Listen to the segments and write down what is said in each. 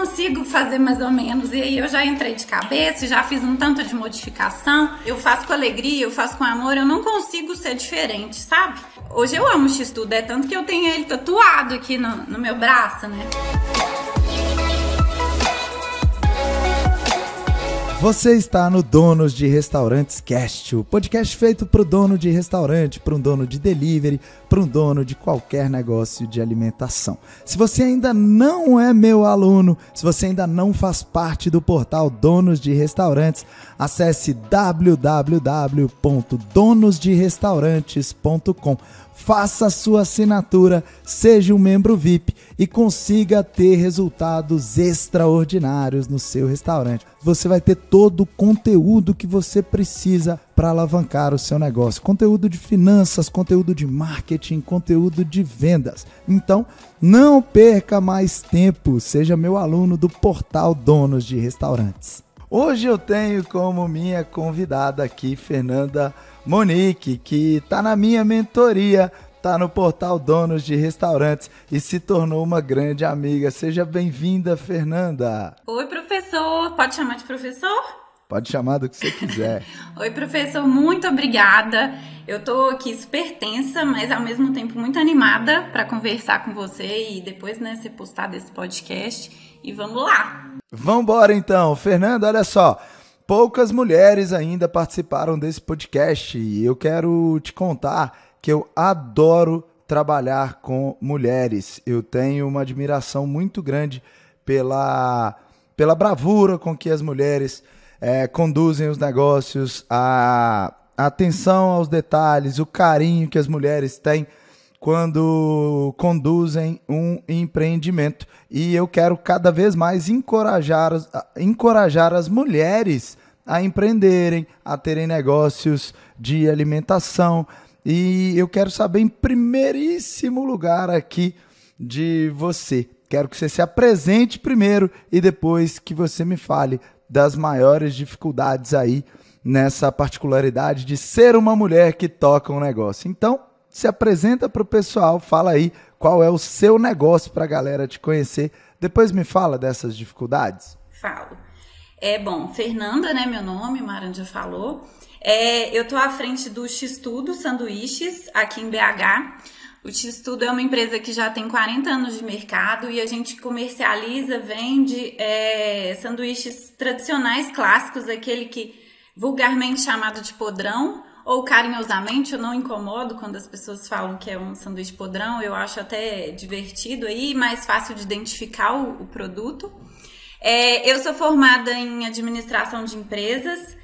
consigo fazer mais ou menos. E aí eu já entrei de cabeça, já fiz um tanto de modificação. Eu faço com alegria, eu faço com amor, eu não consigo ser diferente, sabe? Hoje eu amo o X-Tudo, é tanto que eu tenho ele tatuado aqui no meu braço, né? Você está no Donos de Restaurantes Cast, o podcast feito para o dono de restaurante, para um dono de delivery, para um dono de qualquer negócio de alimentação. Se você ainda não é meu aluno, se você ainda não faz parte do portal Donos de Restaurantes, acesse www.donosderestaurantes.com. Faça sua assinatura, seja um membro VIP e consiga ter resultados extraordinários no seu restaurante. Você vai ter todo o conteúdo que você precisa para alavancar o seu negócio. Conteúdo de finanças, conteúdo de marketing, conteúdo de vendas. Então, não perca mais tempo. Seja meu aluno do portal Donos de Restaurantes. Hoje eu tenho como minha convidada aqui Fernanda Monique, que está na minha mentoria, está no portal Donos de Restaurantes e se tornou uma grande amiga. Seja bem-vinda, Fernanda. Oi, professor. Pode chamar de professor? Pode chamar do que você quiser. Oi, professor. Muito obrigada. Eu estou aqui super tensa, mas ao mesmo tempo muito animada para conversar com você e depois, né, ser postado esse podcast. E vamos lá. Vamos embora então. Fernanda, olha só. Poucas mulheres ainda participaram desse podcast e eu quero te contar que eu adoro trabalhar com mulheres. Eu tenho uma admiração muito grande pela bravura com que as mulheres conduzem os negócios, a atenção aos detalhes, o carinho que as mulheres têm quando conduzem um empreendimento. E eu quero cada vez mais encorajar as mulheres a empreenderem, a terem negócios de alimentação. E eu quero saber, em primeiríssimo lugar aqui, de você. Quero que você se apresente primeiro e depois que você me fale das maiores dificuldades aí nessa particularidade de ser uma mulher que toca um negócio. Então, se apresenta para o pessoal, fala aí qual é o seu negócio para a galera te conhecer. Depois me fala dessas dificuldades. Falo. Bom, Fernanda, né, meu nome, Mara já falou. Eu estou à frente do X-Tudo Sanduíches, aqui em BH. O X-Tudo é uma empresa que já tem 40 anos de mercado e a gente comercializa, vende sanduíches tradicionais clássicos, aquele que vulgarmente chamado de podrão, ou carinhosamente, eu não incomodo quando as pessoas falam que é um sanduíche podrão, eu acho até divertido aí, mais fácil de identificar o produto. Eu sou formada em administração de empresas,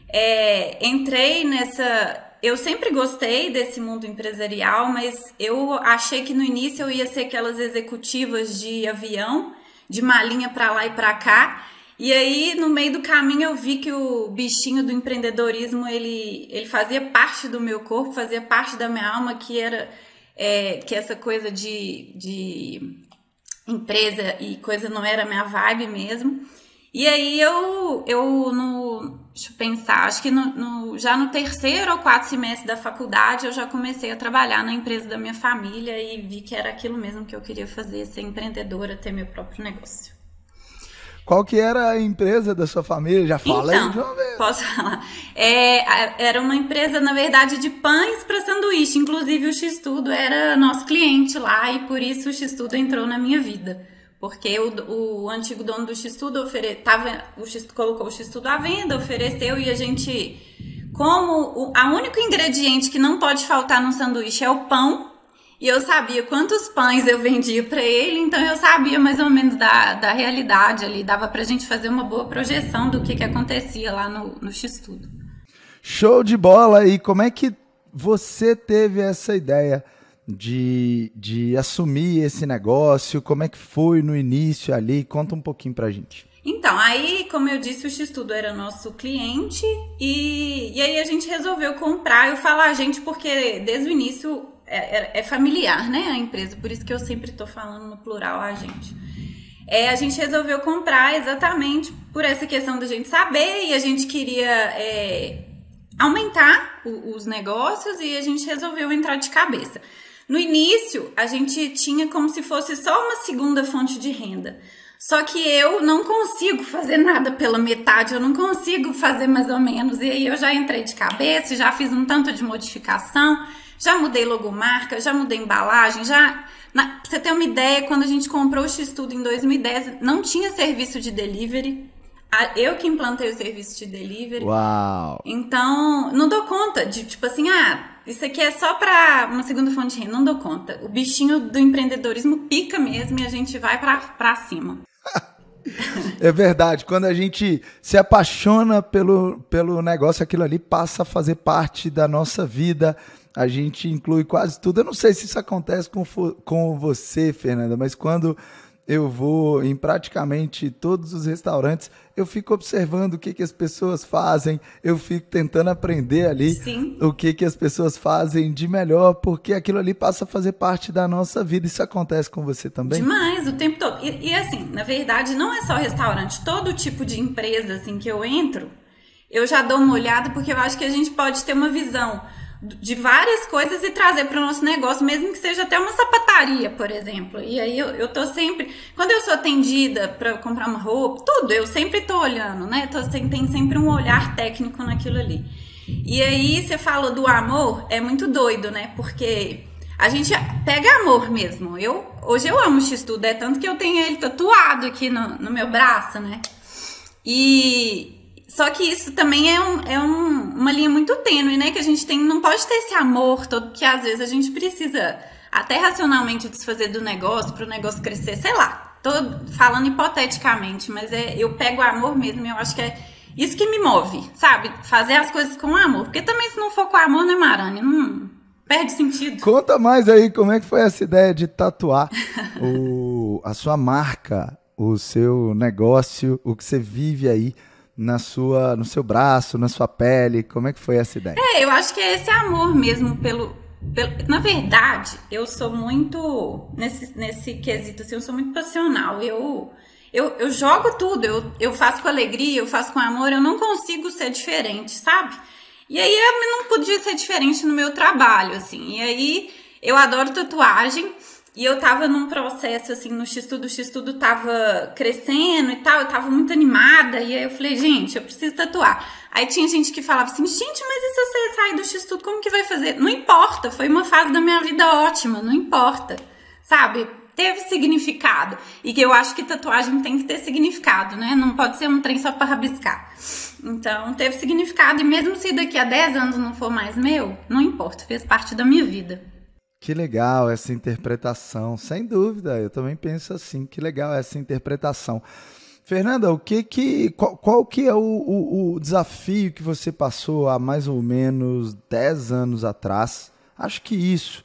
entrei eu sempre gostei desse mundo empresarial, mas eu achei que no início eu ia ser aquelas executivas de avião, de malinha para lá e para cá. E aí, no meio do caminho, eu vi que o bichinho do empreendedorismo, ele fazia parte do meu corpo, fazia parte da minha alma, que era que essa coisa de empresa e coisa não era minha vibe mesmo. E aí, deixa eu pensar, acho que já no terceiro ou quarto semestre da faculdade, eu já comecei a trabalhar na empresa da minha família e vi que era aquilo mesmo que eu queria fazer, ser empreendedora, ter meu próprio negócio. Qual que era a empresa da sua família? Já fala aí de uma vez. Posso falar. Era uma empresa, na verdade, de pães para sanduíche. Inclusive, o X-Tudo era nosso cliente lá e por isso o X-Tudo entrou na minha vida. Porque o antigo dono do X-Tudo colocou o X-Tudo à venda, ofereceu e a gente... Como o único ingrediente que não pode faltar num sanduíche é o pão, e eu sabia quantos pães eu vendia para ele, então eu sabia mais ou menos da realidade ali, dava pra gente fazer uma boa projeção do que acontecia lá no X-Tudo. Show de bola! E como é que você teve essa ideia de assumir esse negócio? Como é que foi no início ali? Conta um pouquinho pra gente. Então, aí, como eu disse, o X-Tudo era nosso cliente e aí a gente resolveu comprar. Eu falo a gente porque desde o início é familiar, né, a empresa, por isso que eu sempre tô falando no plural a gente. A gente resolveu comprar exatamente por essa questão da gente saber e a gente queria aumentar os negócios e a gente resolveu entrar de cabeça. No início, a gente tinha como se fosse só uma segunda fonte de renda. Só que eu não consigo fazer nada pela metade, eu não consigo fazer mais ou menos. E aí eu já entrei de cabeça, já fiz um tanto de modificação, já mudei logomarca, já mudei embalagem, pra você ter uma ideia, quando a gente comprou o X-Tudo em 2010, não tinha serviço de delivery. Eu que implantei o serviço de delivery. Uau! Então, não dou conta de, tipo assim, isso aqui é só para uma segunda fonte de renda. Não dou conta. O bichinho do empreendedorismo pica mesmo e a gente vai pra cima. É verdade, quando a gente se apaixona pelo negócio, aquilo ali passa a fazer parte da nossa vida, a gente inclui quase tudo. Eu não sei se isso acontece com você, Fernanda, mas quando eu vou em praticamente todos os restaurantes, eu fico observando o que as pessoas fazem, eu fico tentando aprender ali Sim. o que as pessoas fazem de melhor, porque aquilo ali passa a fazer parte da nossa vida. Isso acontece com você também? Demais, o tempo todo. E assim, na verdade, não é só restaurante, todo tipo de empresa assim, que eu entro, eu já dou uma olhada, porque eu acho que a gente pode ter uma visão de várias coisas e trazer para o nosso negócio, mesmo que seja até uma sapataria, por exemplo. E aí eu tô sempre, quando eu sou atendida para comprar uma roupa, tudo, eu sempre tô olhando, né? Tem sempre um olhar técnico naquilo ali. E aí você falou do amor, é muito doido, né? Porque a gente pega amor mesmo. Hoje eu amo o X-Tudo, é tanto que eu tenho ele tatuado aqui no meu braço, né? Só que isso também é uma linha muito tênue, né? Que a gente não pode ter esse amor todo, que às vezes a gente precisa até racionalmente desfazer do negócio, para o negócio crescer, sei lá. Tô falando hipoteticamente, mas eu pego o amor mesmo, eu acho que é isso que me move, sabe? Fazer as coisas com amor. Porque também se não for com amor, né, Marane? Não perde sentido. Conta mais aí, como é que foi essa ideia de tatuar a sua marca, o seu negócio, o que você vive aí no seu braço, na sua pele? Como é que foi essa ideia? Eu acho que é esse amor mesmo na verdade, eu sou muito nesse quesito assim, eu sou muito passional. Eu jogo tudo, eu faço com alegria, eu faço com amor, eu não consigo ser diferente, sabe? E aí eu não podia ser diferente no meu trabalho, assim. E aí eu adoro tatuagem. E eu tava num processo, assim, no X-Tudo, o X-Tudo tava crescendo e tal, eu tava muito animada, e aí eu falei, gente, eu preciso tatuar. Aí tinha gente que falava assim, gente, mas e se você sair do X-Tudo, como que vai fazer? Não importa, foi uma fase da minha vida ótima, não importa, sabe? Teve significado, e que eu acho que tatuagem tem que ter significado, né? Não pode ser um trem só pra rabiscar. Então, teve significado, e mesmo se daqui a 10 anos não for mais meu, não importa, fez parte da minha vida. Que legal essa interpretação, sem dúvida, eu também penso assim, que legal essa interpretação. Fernanda, qual que é o desafio que você passou há mais ou menos 10 anos atrás? Acho que isso,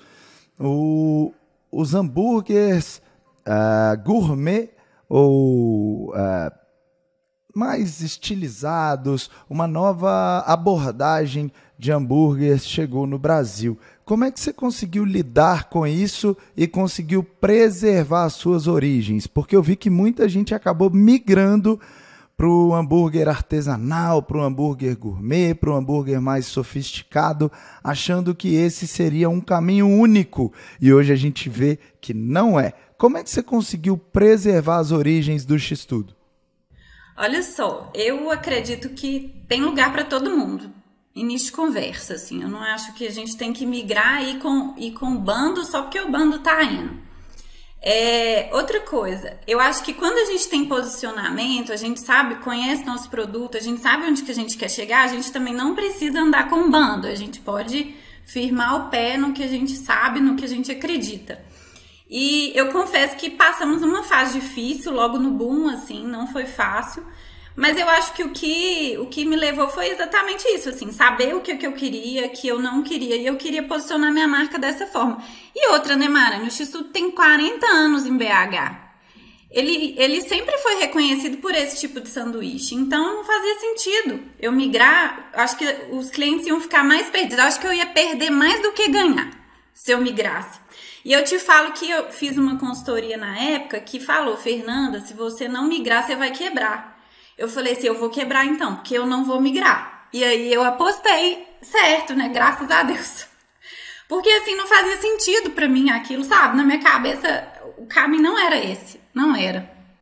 os hambúrgueres gourmet ou mais estilizados, uma nova abordagem de hambúrguer chegou no Brasil. Como é que você conseguiu lidar com isso e conseguiu preservar as suas origens? Porque eu vi que muita gente acabou migrando para o hambúrguer artesanal, para o hambúrguer gourmet, para o hambúrguer mais sofisticado, achando que esse seria um caminho único. E hoje a gente vê que não é. Como é que você conseguiu preservar as origens do X-Tudo? Olha só, eu acredito que tem lugar para todo mundo. Início de conversa, assim, eu não acho que a gente tem que migrar e ir com o bando só porque o bando tá indo. Outra coisa, eu acho que quando a gente tem posicionamento, a gente sabe, conhece nosso produto, a gente sabe onde que a gente quer chegar, a gente também não precisa andar com o bando, a gente pode firmar o pé no que a gente sabe, no que a gente acredita. E eu confesso que passamos uma fase difícil logo no boom, assim, não foi fácil. Mas eu acho que o que me levou foi exatamente isso, assim, saber o que eu queria, que eu não queria, e eu queria posicionar minha marca dessa forma. E outra, né, Mara? O X-Tudo tem 40 anos em BH. Ele sempre foi reconhecido por esse tipo de sanduíche, então não fazia sentido eu migrar. Acho que os clientes iam ficar mais perdidos, acho que eu ia perder mais do que ganhar se eu migrasse. E eu te falo que eu fiz uma consultoria na época que falou, Fernanda, se você não migrar, você vai quebrar. Eu falei assim, eu vou quebrar então, porque eu não vou migrar. E aí eu apostei certo, né? Graças a Deus. Porque assim, não fazia sentido pra mim aquilo, sabe? Na minha cabeça, o caminho não era esse. Não era.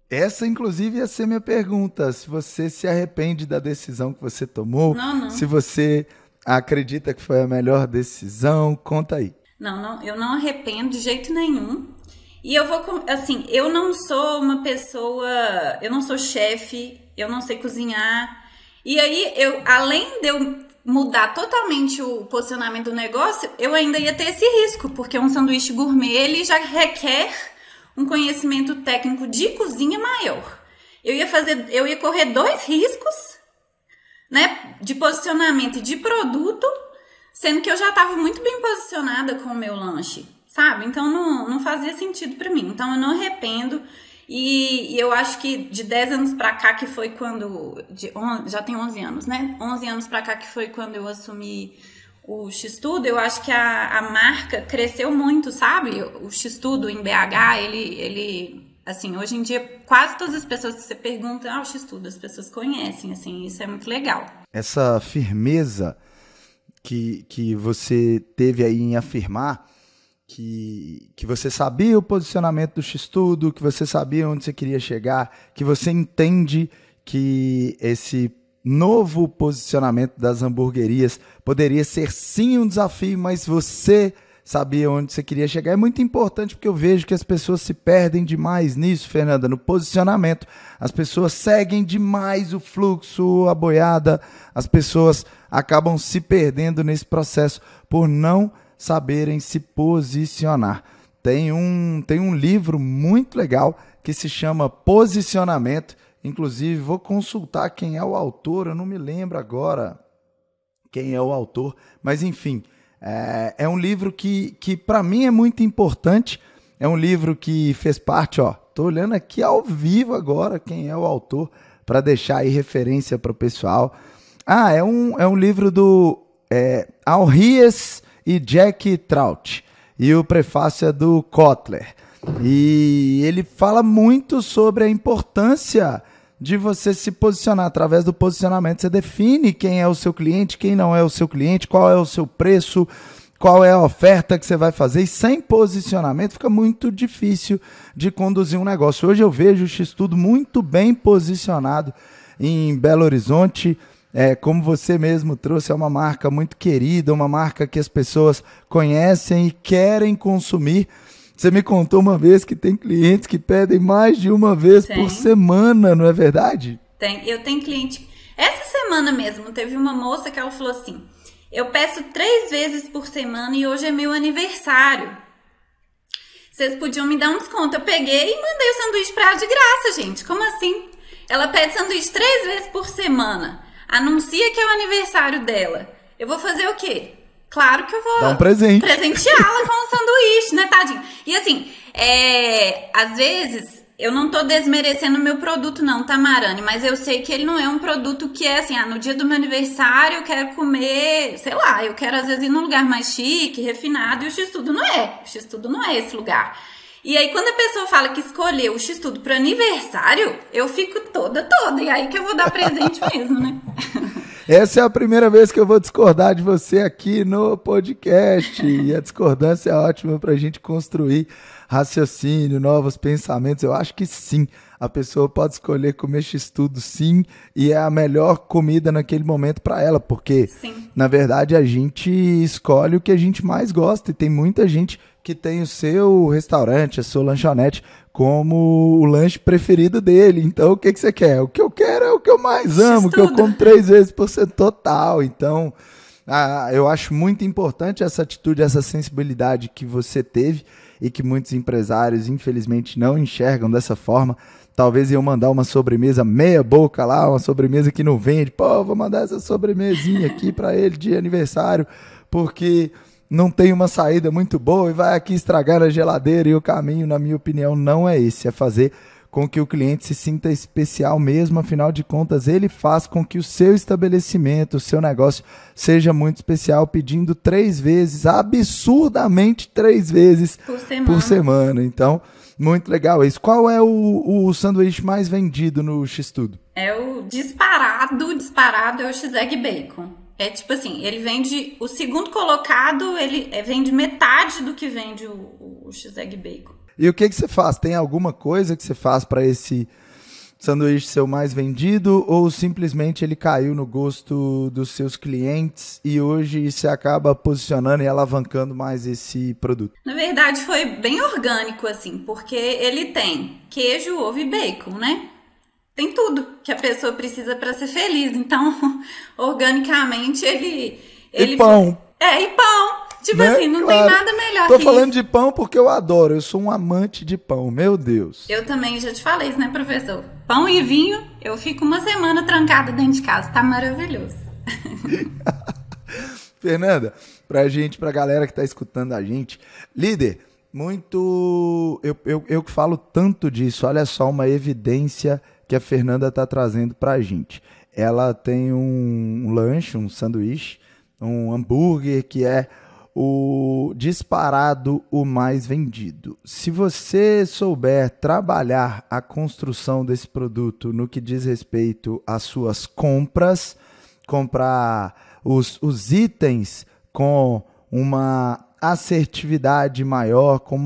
Essa, inclusive, ia ser minha pergunta. Se você se arrepende da decisão que você tomou, Não. se você acredita que foi a melhor decisão, conta aí. Não, eu não arrependo de jeito nenhum. E eu vou, assim, eu não sou uma pessoa, eu não sou chefe, eu não sei cozinhar. E aí, além de eu mudar totalmente o posicionamento do negócio, eu ainda ia ter esse risco, porque um sanduíche gourmet, ele já requer um conhecimento técnico de cozinha maior. Eu ia correr 2 riscos, né, de posicionamento e de produto, sendo que eu já estava muito bem posicionada com o meu lanche, sabe? Então não fazia sentido para mim. Então eu não arrependo. E eu acho que de 10 anos pra cá, que foi quando... já tem 11 anos, né? 11 anos pra cá, que foi quando eu assumi o X-Tudo, eu acho que a marca cresceu muito, sabe? O X-Tudo em BH, ele assim, hoje em dia, quase todas as pessoas que você pergunta, o X-Tudo, as pessoas conhecem, assim, isso é muito legal. Essa firmeza que você teve aí em afirmar que você sabia o posicionamento do X-Tudo, que você sabia onde você queria chegar, que você entende que esse novo posicionamento das hamburguerias poderia ser sim um desafio, mas você sabia onde você queria chegar. É muito importante porque eu vejo que as pessoas se perdem demais nisso, Fernanda, no posicionamento. As pessoas seguem demais o fluxo, a boiada, as pessoas acabam se perdendo nesse processo por não saberem se posicionar. Tem um livro muito legal que se chama Posicionamento. Inclusive, vou consultar quem é o autor, eu não me lembro agora quem é o autor, mas enfim, é um livro que para mim é muito importante, é um livro que fez parte, tô olhando aqui ao vivo agora quem é o autor, para deixar aí referência para o pessoal. É um livro do Al Ries e Jack Trout, e o prefácio é do Kotler. E ele fala muito sobre a importância de você se posicionar. Através do posicionamento você define quem é o seu cliente, quem não é o seu cliente, qual é o seu preço, qual é a oferta que você vai fazer. E sem posicionamento fica muito difícil de conduzir um negócio. Hoje eu vejo o X-Tudo muito bem posicionado em Belo Horizonte. Como você mesmo trouxe, é uma marca muito querida, uma marca que as pessoas conhecem e querem consumir. Você me contou uma vez que tem clientes que pedem mais de uma vez por semana, não é verdade? Eu tenho cliente... Essa semana mesmo, teve uma moça que ela falou assim, eu peço 3 vezes por semana e hoje é meu aniversário. Vocês podiam me dar um desconto. Eu peguei e mandei o sanduíche pra ela de graça, gente. Como assim? Ela pede sanduíche 3 vezes por semana. Anuncia que é o aniversário dela. Eu vou fazer o quê? Claro que eu vou dar um presente. Presenteá-la com um sanduíche, né, tadinho? E assim, às vezes, eu não tô desmerecendo o meu produto não, tá, Marane? Mas eu sei que ele não é um produto que é assim, no dia do meu aniversário eu quero comer, sei lá, eu quero às vezes ir num lugar mais chique, refinado, e o X-Tudo não é. O X-Tudo não é esse lugar. E aí, quando a pessoa fala que escolheu o X-Tudo pro aniversário, eu fico toda. E aí que eu vou dar presente mesmo, né? Essa é a primeira vez que eu vou discordar de você aqui no podcast. E a discordância é ótima para a gente construir raciocínio, novos pensamentos. Eu acho que sim, a pessoa pode escolher comer X-Tudo sim, e é a melhor comida naquele momento para ela, porque sim, na verdade a gente escolhe o que a gente mais gosta, e tem muita gente que tem o seu restaurante, a sua lanchonete como o lanche preferido dele. Então, o que você quer? O que eu quero é o que eu mais amo, que eu como 3 vezes por semana total. Então, eu acho muito importante essa atitude, essa sensibilidade que você teve e que muitos empresários, infelizmente, não enxergam dessa forma. Talvez iam mandar uma sobremesa meia boca lá, uma sobremesa que não vende. Pô, vou mandar essa sobremesinha aqui para ele de aniversário, porque não tem uma saída muito boa e vai aqui estragar a geladeira. E o caminho, na minha opinião, não é esse. É fazer com que o cliente se sinta especial mesmo. Afinal de contas, ele faz com que o seu estabelecimento, o seu negócio seja muito especial, pedindo 3 vezes, absurdamente 3 vezes por semana. Então, muito legal isso. Qual é o sanduíche mais vendido no X-Tudo? É o disparado é o X-Egg Bacon. É tipo assim, ele vende, o segundo colocado, ele vende metade do que vende o X-Egg Bacon. E o que você faz? Tem alguma coisa que você faz para esse sanduíche ser o mais vendido, ou simplesmente ele caiu no gosto dos seus clientes e hoje você acaba posicionando e alavancando mais esse produto? Na verdade, foi bem orgânico, assim, porque ele tem queijo, ovo e bacon, né? Tem tudo que a pessoa precisa para ser feliz. Então, organicamente, ele e pão. E pão. Tipo, né? Assim, não claro. Tem nada melhor Tô que falando isso. de pão porque eu adoro. Eu sou um amante de pão, meu Deus. Eu também já te falei isso, né, professor? Pão e vinho, eu fico uma semana trancada dentro de casa. Tá maravilhoso. Fernanda, pra galera que tá escutando a gente, líder, muito... Eu que falo tanto disso, olha só uma evidência que a Fernanda tá trazendo pra gente. Ela tem um lanche, um sanduíche, um hambúrguer que é o disparado o mais vendido. Se você souber trabalhar a construção desse produto no que diz respeito às suas compras, comprar os itens com uma assertividade maior, com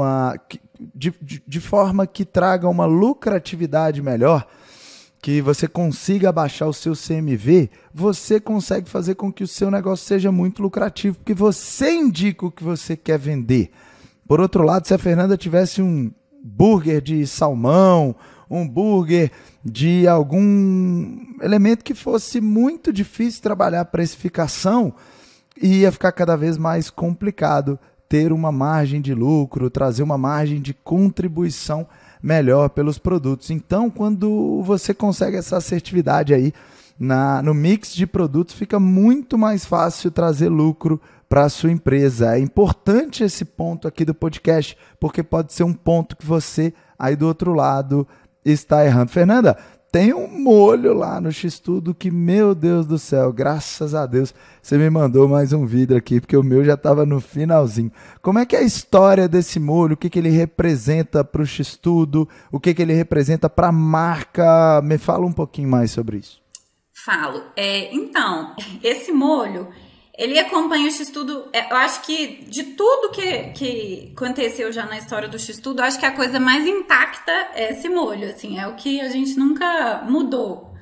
de forma que traga uma lucratividade melhor, que você consiga abaixar o seu CMV, você consegue fazer com que o seu negócio seja muito lucrativo, porque você indica o que você quer vender. Por outro lado, se a Fernanda tivesse um burger de salmão, um burger de algum elemento que fosse muito difícil trabalhar a precificação, ia ficar cada vez mais complicado ter uma margem de lucro, trazer uma margem de contribuição melhor pelos produtos. Então, quando você consegue essa assertividade aí no mix de produtos, fica muito mais fácil trazer lucro para a sua empresa. É importante esse ponto aqui do podcast, porque pode ser um ponto que você aí do outro lado está errando. Fernanda, tem um molho lá no X-Tudo que, meu Deus do céu, graças a Deus, você me mandou mais um vídeo aqui, porque o meu já estava no finalzinho. Como é que é a história desse molho? O que ele representa para o X-Tudo? O que ele representa para a marca? Me fala um pouquinho mais sobre isso. Falo. Então, esse molho, ele acompanha o X-Tudo. Eu acho que de tudo que aconteceu já na história do X-Tudo, acho que a coisa mais intacta é esse molho, assim, é o que a gente nunca mudou.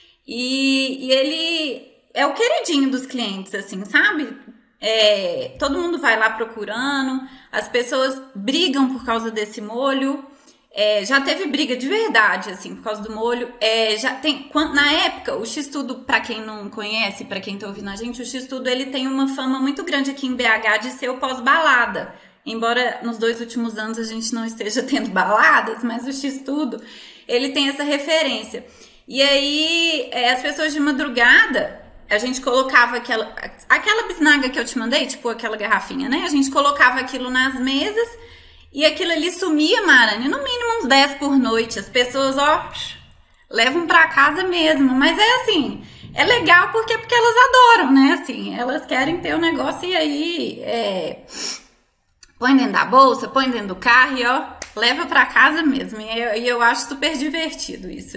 E ele é o queridinho dos clientes, assim, sabe? Todo mundo vai lá procurando, as pessoas brigam por causa desse molho. Já teve briga de verdade, assim, por causa do molho. Na época, o X-Tudo, pra quem não conhece, pra quem tá ouvindo a gente, o X-Tudo, ele tem uma fama muito grande aqui em BH de ser o pós-balada. Embora nos 2 últimos anos a gente não esteja tendo baladas, mas o X-Tudo, ele tem essa referência. E aí, as pessoas de madrugada, a gente colocava aquela bisnaga que eu te mandei, tipo aquela garrafinha, né? A gente colocava aquilo nas mesas. E aquilo ali sumia, Marane, no mínimo uns 10 por noite. As pessoas, levam pra casa mesmo. Mas é assim, é legal porque elas adoram, né? Assim, elas querem ter o negócio e aí põe dentro da bolsa, põe dentro do carro e leva pra casa mesmo. E eu acho super divertido isso.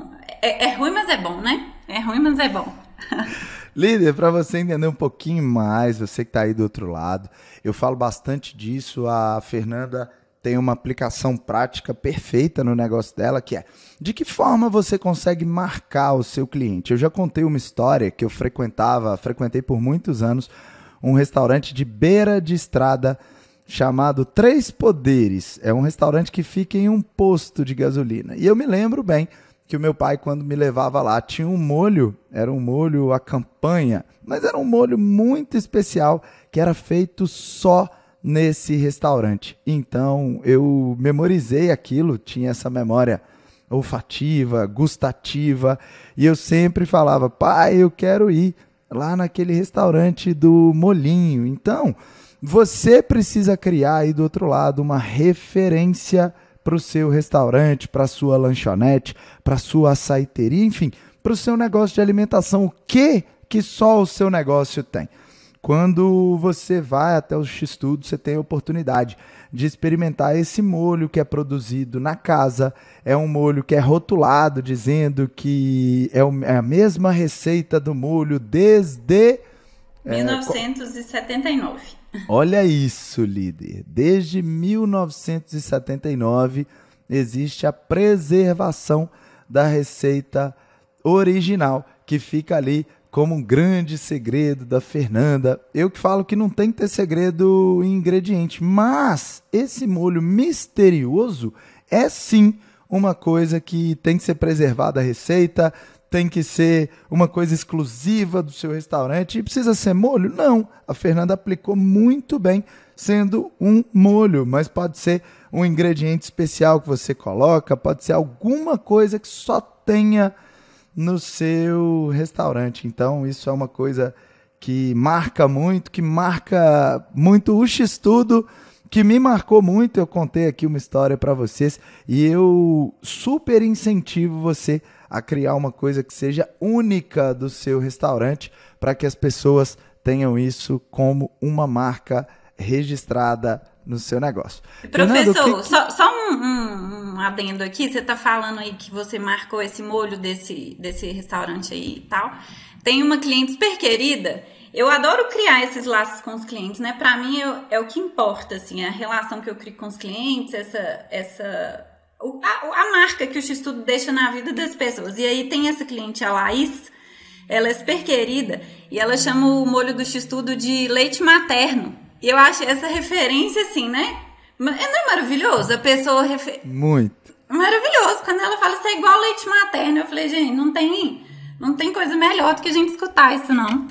É ruim, mas é bom, né? É ruim, mas é bom. Líder, para você entender um pouquinho mais, você que está aí do outro lado, eu falo bastante disso, a Fernanda tem uma aplicação prática perfeita no negócio dela, que é de que forma você consegue marcar o seu cliente. Eu já contei uma história que eu frequentei por muitos anos, um restaurante de beira de estrada chamado Três Poderes. É um restaurante que fica em um posto de gasolina. E eu me lembro bem que o meu pai, quando me levava lá, tinha um molho, era um molho à campanha, mas era um molho muito especial que era feito só nesse restaurante. Então, eu memorizei aquilo, tinha essa memória olfativa, gustativa, e eu sempre falava, pai, eu quero ir lá naquele restaurante do molinho. Então, você precisa criar aí do outro lado uma referência para o seu restaurante, para a sua lanchonete, para a sua açaiteria, enfim, para o seu negócio de alimentação. O que só o seu negócio tem? Quando você vai até o X-Tudo, você tem a oportunidade de experimentar esse molho que é produzido na casa. É um molho que é rotulado, dizendo que é a mesma receita do molho desde... 1979. Olha isso, líder. Desde 1979 existe a preservação da receita original, que fica ali como um grande segredo da Fernanda. Eu que falo que não tem que ter segredo em ingrediente, mas esse molho misterioso é sim uma coisa que tem que ser preservada a receita, tem que ser uma coisa exclusiva do seu restaurante. E precisa ser molho? Não. A Fernanda aplicou muito bem sendo um molho, mas pode ser um ingrediente especial que você coloca, pode ser alguma coisa que só tenha no seu restaurante. Então, isso é uma coisa que marca muito o X-Tudo, que me marcou muito. Eu contei aqui uma história para vocês e eu super incentivo você a criar uma coisa que seja única do seu restaurante, para que as pessoas tenham isso como uma marca registrada no seu negócio. Professor, só um adendo aqui. Você está falando aí que você marcou esse molho desse restaurante aí e tal. Tem uma cliente super querida. Eu adoro criar esses laços com os clientes, né? Para mim é o que importa, assim, a relação que eu crio com os clientes, a marca que o X-Tudo deixa na vida das pessoas. E aí tem essa cliente, a Laís, ela é super querida e ela chama o molho do X-Tudo de leite materno. E eu acho essa referência assim, né? Não é maravilhoso? A pessoa... Muito. Maravilhoso. Quando ela fala isso é igual leite materno, eu falei, gente, não tem coisa melhor do que a gente escutar isso, não.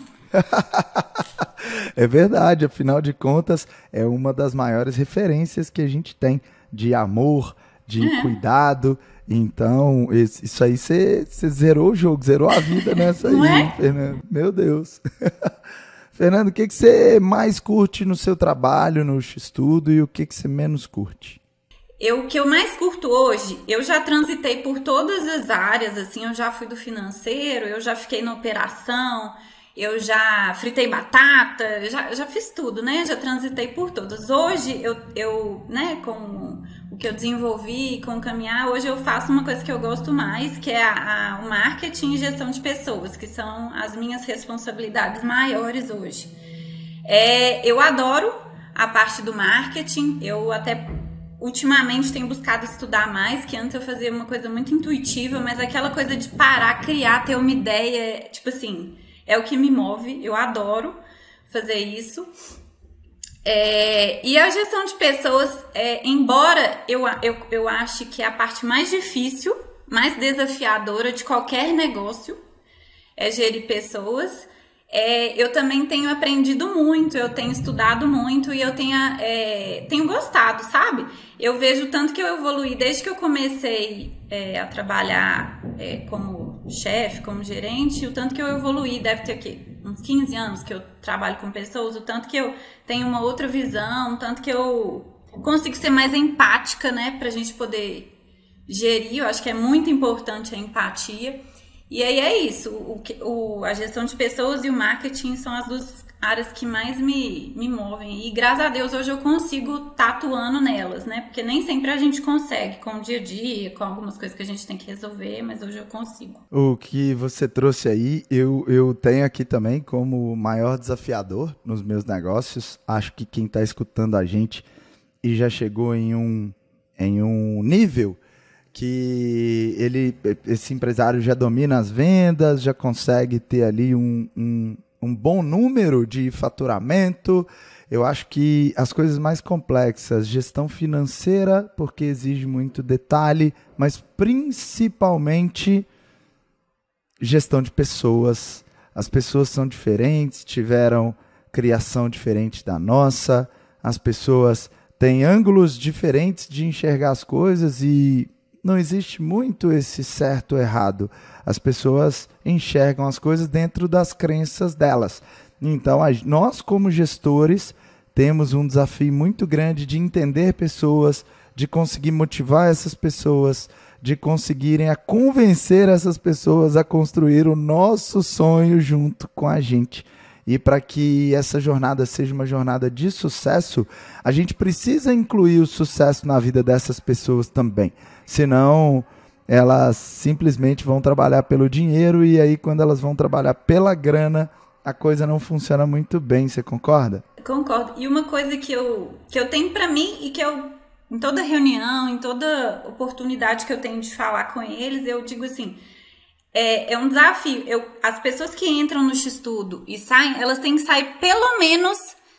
É verdade, afinal de contas, é uma das maiores referências que a gente tem de amor, de cuidado. Então, isso aí você zerou o jogo, zerou a vida nessa aí, Fernando. Meu Deus. Fernando, o que você mais curte no seu trabalho, no X-Tudo, e o que você menos curte? O que eu mais curto hoje, eu já transitei por todas as áreas, assim, eu já fui do financeiro, eu já fiquei na operação, eu já fritei batata, já fiz tudo, né? Já transitei por todas. Hoje, eu né, com o que eu desenvolvi, com o caminhar, hoje eu faço uma coisa que eu gosto mais, que é o marketing e gestão de pessoas, que são as minhas responsabilidades maiores hoje. Eu adoro a parte do marketing, eu até ultimamente tenho buscado estudar mais, que antes eu fazia uma coisa muito intuitiva, mas aquela coisa de parar, criar, ter uma ideia, tipo assim... É o que me move, eu adoro fazer isso. E a gestão de pessoas, embora eu ache que é a parte mais difícil, mais desafiadora de qualquer negócio, é gerir pessoas, eu também tenho aprendido muito, eu tenho estudado muito e eu tenho gostado, sabe? Eu vejo tanto que eu evoluí desde que eu comecei a trabalhar como chefe, como gerente, o tanto que eu evoluí, deve ter o quê? Uns 15 anos que eu trabalho com pessoas, o tanto que eu tenho uma outra visão, o tanto que eu consigo ser mais empática, né, pra gente poder gerir. Eu acho que é muito importante a empatia. E aí é isso, a gestão de pessoas e o marketing são as duas áreas que mais me movem. E graças a Deus hoje eu consigo estar atuando nelas, né? Porque nem sempre a gente consegue com o dia a dia, com algumas coisas que a gente tem que resolver, mas hoje eu consigo. O que você trouxe aí, eu tenho aqui também como maior desafiador nos meus negócios. Acho que quem está escutando a gente e já chegou em um nível que esse empresário já domina as vendas, já consegue ter ali um bom número de faturamento. Eu acho que as coisas mais complexas, gestão financeira, porque exige muito detalhe, mas principalmente gestão de pessoas. As pessoas são diferentes, tiveram criação diferente da nossa, as pessoas têm ângulos diferentes de enxergar as coisas e não existe muito esse certo ou errado. As pessoas enxergam as coisas dentro das crenças delas. Então, nós como gestores temos um desafio muito grande de entender pessoas, de conseguir motivar essas pessoas, de conseguirem convencer essas pessoas a construir o nosso sonho junto com a gente. E para que essa jornada seja uma jornada de sucesso, a gente precisa incluir o sucesso na vida dessas pessoas também. Senão, elas simplesmente vão trabalhar pelo dinheiro e aí quando elas vão trabalhar pela grana, a coisa não funciona muito bem. Você concorda? Concordo. E uma coisa que eu tenho pra mim e que eu, em toda reunião, em toda oportunidade que eu tenho de falar com eles, eu digo assim, é um desafio. As pessoas que entram no X-Tudo e saem, elas têm que sair pelo menos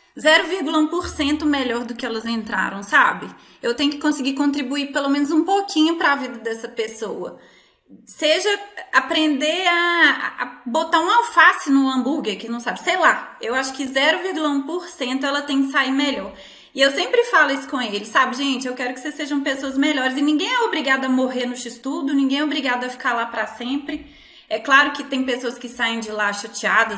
0,1% melhor do que elas entraram, sabe? Eu tenho que conseguir contribuir pelo menos um pouquinho para a vida dessa pessoa. Seja aprender a botar um alface no hambúrguer, que não sabe, sei lá. Eu acho que 0,1% ela tem que sair melhor. E eu sempre falo isso com eles, sabe, gente? Eu quero que vocês sejam pessoas melhores. E ninguém é obrigado a morrer no X-Tudo, ninguém é obrigado a ficar lá para sempre. É claro que tem pessoas que saem de lá chateadas,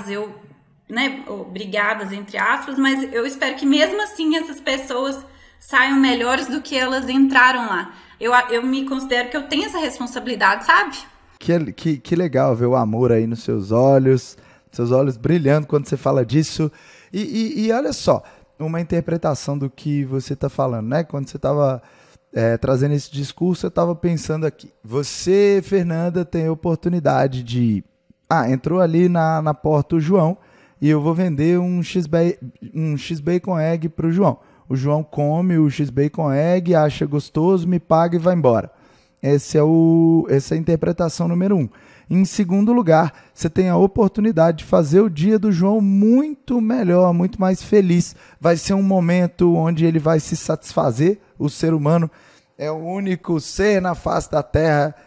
obrigadas, entre aspas, mas eu espero que mesmo assim essas pessoas saiam melhores do que elas entraram lá. Eu me considero que eu tenho essa responsabilidade, sabe? Que legal ver o amor aí nos seus olhos brilhando quando você fala disso. E olha só, uma interpretação do que você está falando, né? Quando você estava trazendo esse discurso, eu estava pensando aqui. Você, Fernanda, tem a oportunidade de... entrou ali na porta o João e eu vou vender um X-Bacon Egg para o João. O João come o X-Bacon Egg, acha gostoso, me paga e vai embora. Essa é a interpretação número 1. Em segundo lugar, você tem a oportunidade de fazer o dia do João muito melhor, muito mais feliz. Vai ser um momento onde ele vai se satisfazer. O ser humano é o único ser na face da Terra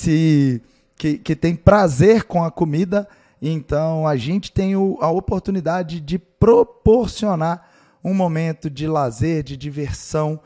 que tem prazer com a comida. Então, a gente tem a oportunidade de proporcionar um momento de lazer, de diversão,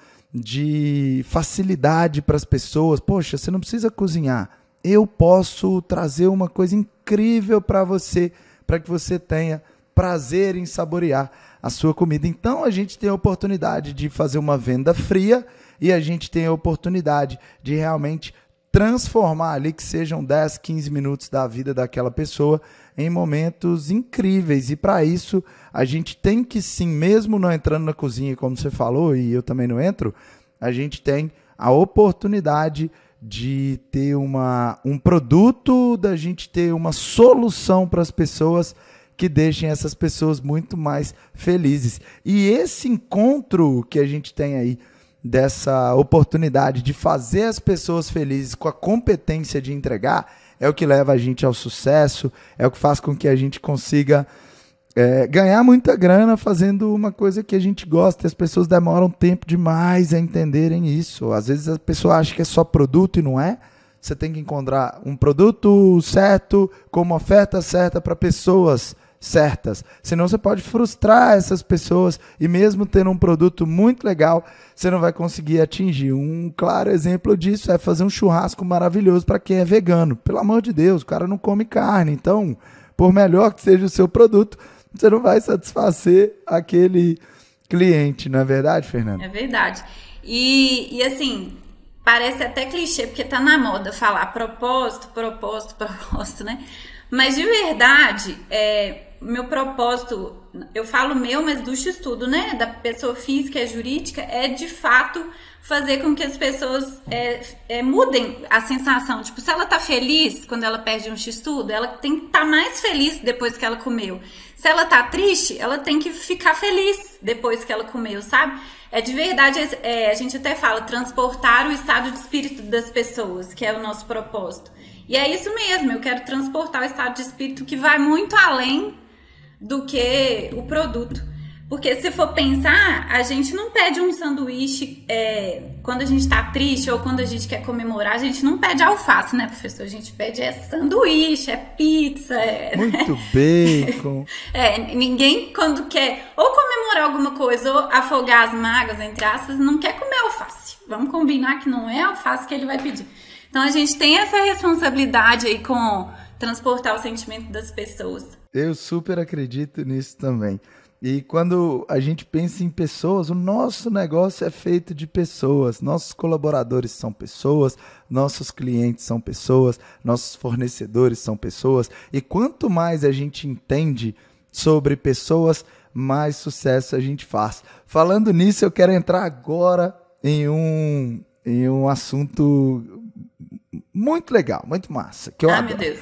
de facilidade para as pessoas. Poxa, você não precisa cozinhar. Eu posso trazer uma coisa incrível para você, para que você tenha prazer em saborear a sua comida. Então, a gente tem a oportunidade de fazer uma venda fria e a gente tem a oportunidade de realmente transformar ali, que sejam 10, 15 minutos da vida daquela pessoa em momentos incríveis. E para isso, a gente tem que sim, mesmo não entrando na cozinha, como você falou, e eu também não entro, a gente tem a oportunidade de ter um produto, da gente ter uma solução para as pessoas que deixem essas pessoas muito mais felizes. E esse encontro que a gente tem aí, dessa oportunidade de fazer as pessoas felizes com a competência de entregar, é o que leva a gente ao sucesso, é o que faz com que a gente consiga ganhar muita grana fazendo uma coisa que a gente gosta. E as pessoas demoram tempo demais a entenderem isso. Às vezes a pessoa acha que é só produto e não é. Você tem que encontrar um produto certo, com uma oferta certa para pessoas certas. Senão você pode frustrar essas pessoas e mesmo tendo um produto muito legal, você não vai conseguir atingir. Um claro exemplo disso é fazer um churrasco maravilhoso para quem é vegano. Pelo amor de Deus, o cara não come carne. Então, por melhor que seja o seu produto, você não vai satisfazer aquele cliente, não é verdade, Fernanda? É verdade. E assim, parece até clichê, porque tá na moda falar propósito, né? Mas de verdade, meu propósito, eu falo meu, mas do X-Tudo, né? Da pessoa física e jurídica, é de fato fazer com que as pessoas mudem a sensação. Tipo, se ela tá feliz quando ela perde um X-Tudo, ela tem que estar mais feliz depois que ela comeu. Se ela tá triste, ela tem que ficar feliz depois que ela comeu, sabe? De verdade, a gente até fala, transportar o estado de espírito das pessoas, que é o nosso propósito. E é isso mesmo, eu quero transportar o estado de espírito que vai muito além do que o produto. Porque se for pensar, a gente não pede um sanduíche quando a gente tá triste ou quando a gente quer comemorar, a gente não pede alface, né, professor? A gente pede sanduíche, pizza. Muito bacon. Ninguém quando quer ou comemorar alguma coisa ou afogar as mágoas, entre aspas, não quer comer alface. Vamos combinar que não é alface que ele vai pedir. Então a gente tem essa responsabilidade aí com transportar o sentimento das pessoas. Eu super acredito nisso também. E quando a gente pensa em pessoas, o nosso negócio é feito de pessoas. Nossos colaboradores são pessoas, nossos clientes são pessoas, nossos fornecedores são pessoas. E quanto mais a gente entende sobre pessoas, mais sucesso a gente faz. Falando nisso, eu quero entrar agora em um assunto muito legal, muito massa. Que eu adoro. Meu Deus.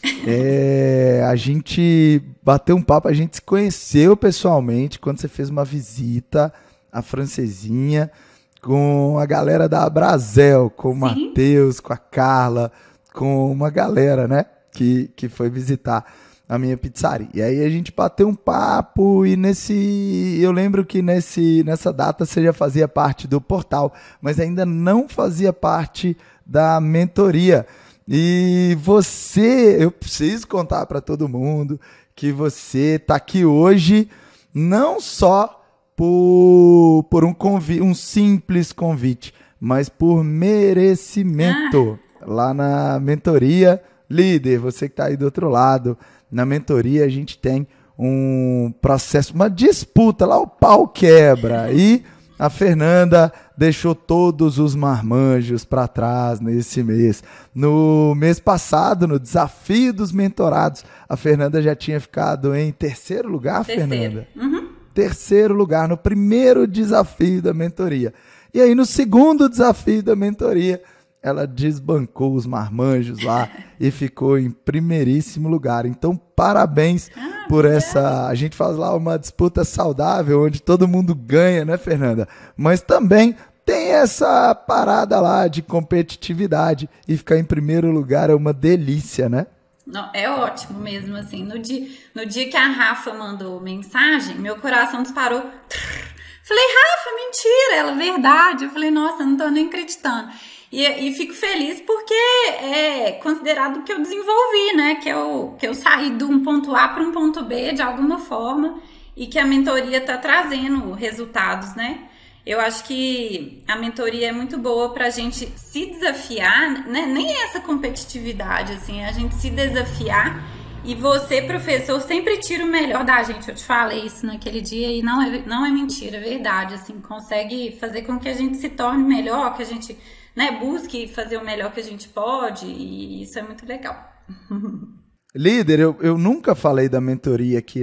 A gente bateu um papo, a gente se conheceu pessoalmente quando você fez uma visita à Francesinha com a galera da Abrazel, com o Matheus, com a Carla, com uma galera, né, que foi visitar a minha pizzaria. E aí a gente bateu um papo e eu lembro que nessa data você já fazia parte do portal, mas ainda não fazia parte da mentoria. E eu preciso contar para todo mundo que você está aqui hoje não só por um simples convite, mas por merecimento. Lá na mentoria, líder, você que está aí do outro lado, na mentoria a gente tem um processo, uma disputa, lá o pau quebra e a Fernanda deixou todos os marmanjos para trás nesse mês. No mês passado, no desafio dos mentorados, a Fernanda já tinha ficado em terceiro lugar, Fernanda? Uhum. Terceiro lugar no primeiro desafio da mentoria. E aí no segundo desafio da mentoria, ela desbancou os marmanjos lá e ficou em primeiríssimo lugar. Então, parabéns por essa... A gente faz lá uma disputa saudável, onde todo mundo ganha, né, Fernanda? Mas também tem essa parada lá de competitividade e ficar em primeiro lugar é uma delícia, né? Não, é ótimo mesmo, assim. No dia que a Rafa mandou mensagem, meu coração disparou. Falei, Rafa, mentira! Ela, verdade. Eu falei, nossa, não tô nem acreditando. E fico feliz porque é considerado o que eu desenvolvi, né? Que eu saí de um ponto A para um ponto B de alguma forma e que a mentoria tá trazendo resultados, né? Eu acho que a mentoria é muito boa pra gente se desafiar, né? Nem essa competitividade, assim, a gente se desafiar e você, professor, sempre tira o melhor da gente. Eu te falei isso naquele dia e não é mentira, é verdade, assim, consegue fazer com que a gente se torne melhor, que a gente... né, busque fazer o melhor que a gente pode e isso é muito legal. Líder, eu nunca falei da mentoria aqui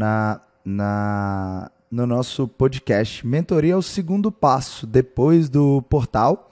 no nosso podcast. Mentoria é o segundo passo depois do portal.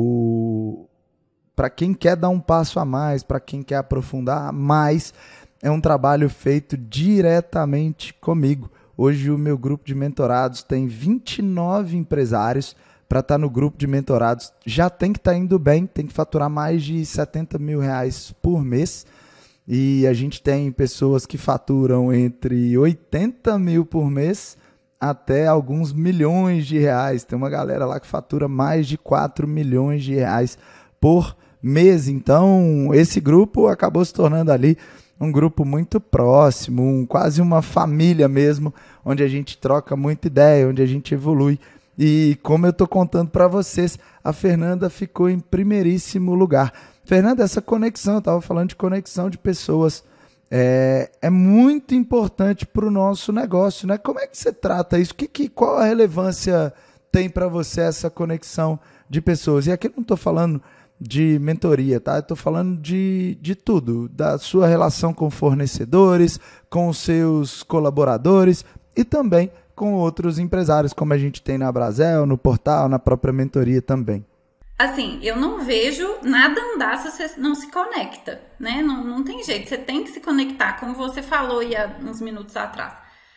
Para quem quer dar um passo a mais, para quem quer aprofundar mais, é um trabalho feito diretamente comigo. Hoje o meu grupo de mentorados tem 29 empresários. Para estar no grupo de mentorados, já tem que estar indo bem, tem que faturar mais de R$70 mil por mês. E a gente tem pessoas que faturam entre 80 mil por mês até alguns milhões de reais. Tem uma galera lá que fatura mais de 4 milhões de reais por mês. Então, esse grupo acabou se tornando ali um grupo muito próximo, quase uma família mesmo, onde a gente troca muita ideia, onde a gente evolui. E como eu estou contando para vocês, a Fernanda ficou em primeiríssimo lugar. Fernanda, essa conexão, eu estava falando de conexão de pessoas, é muito importante para o nosso negócio, né? Como é que você trata isso? Qual a relevância tem para você essa conexão de pessoas? E aqui eu não estou falando de mentoria, tá? Eu estou falando de tudo, da sua relação com fornecedores, com os seus colaboradores e também com outros empresários, como a gente tem na Abrazel, no portal, na própria mentoria também. Assim, eu não vejo nada andar se você não se conecta, né? Não tem jeito, você tem que se conectar, como você falou aí há uns minutos atrás.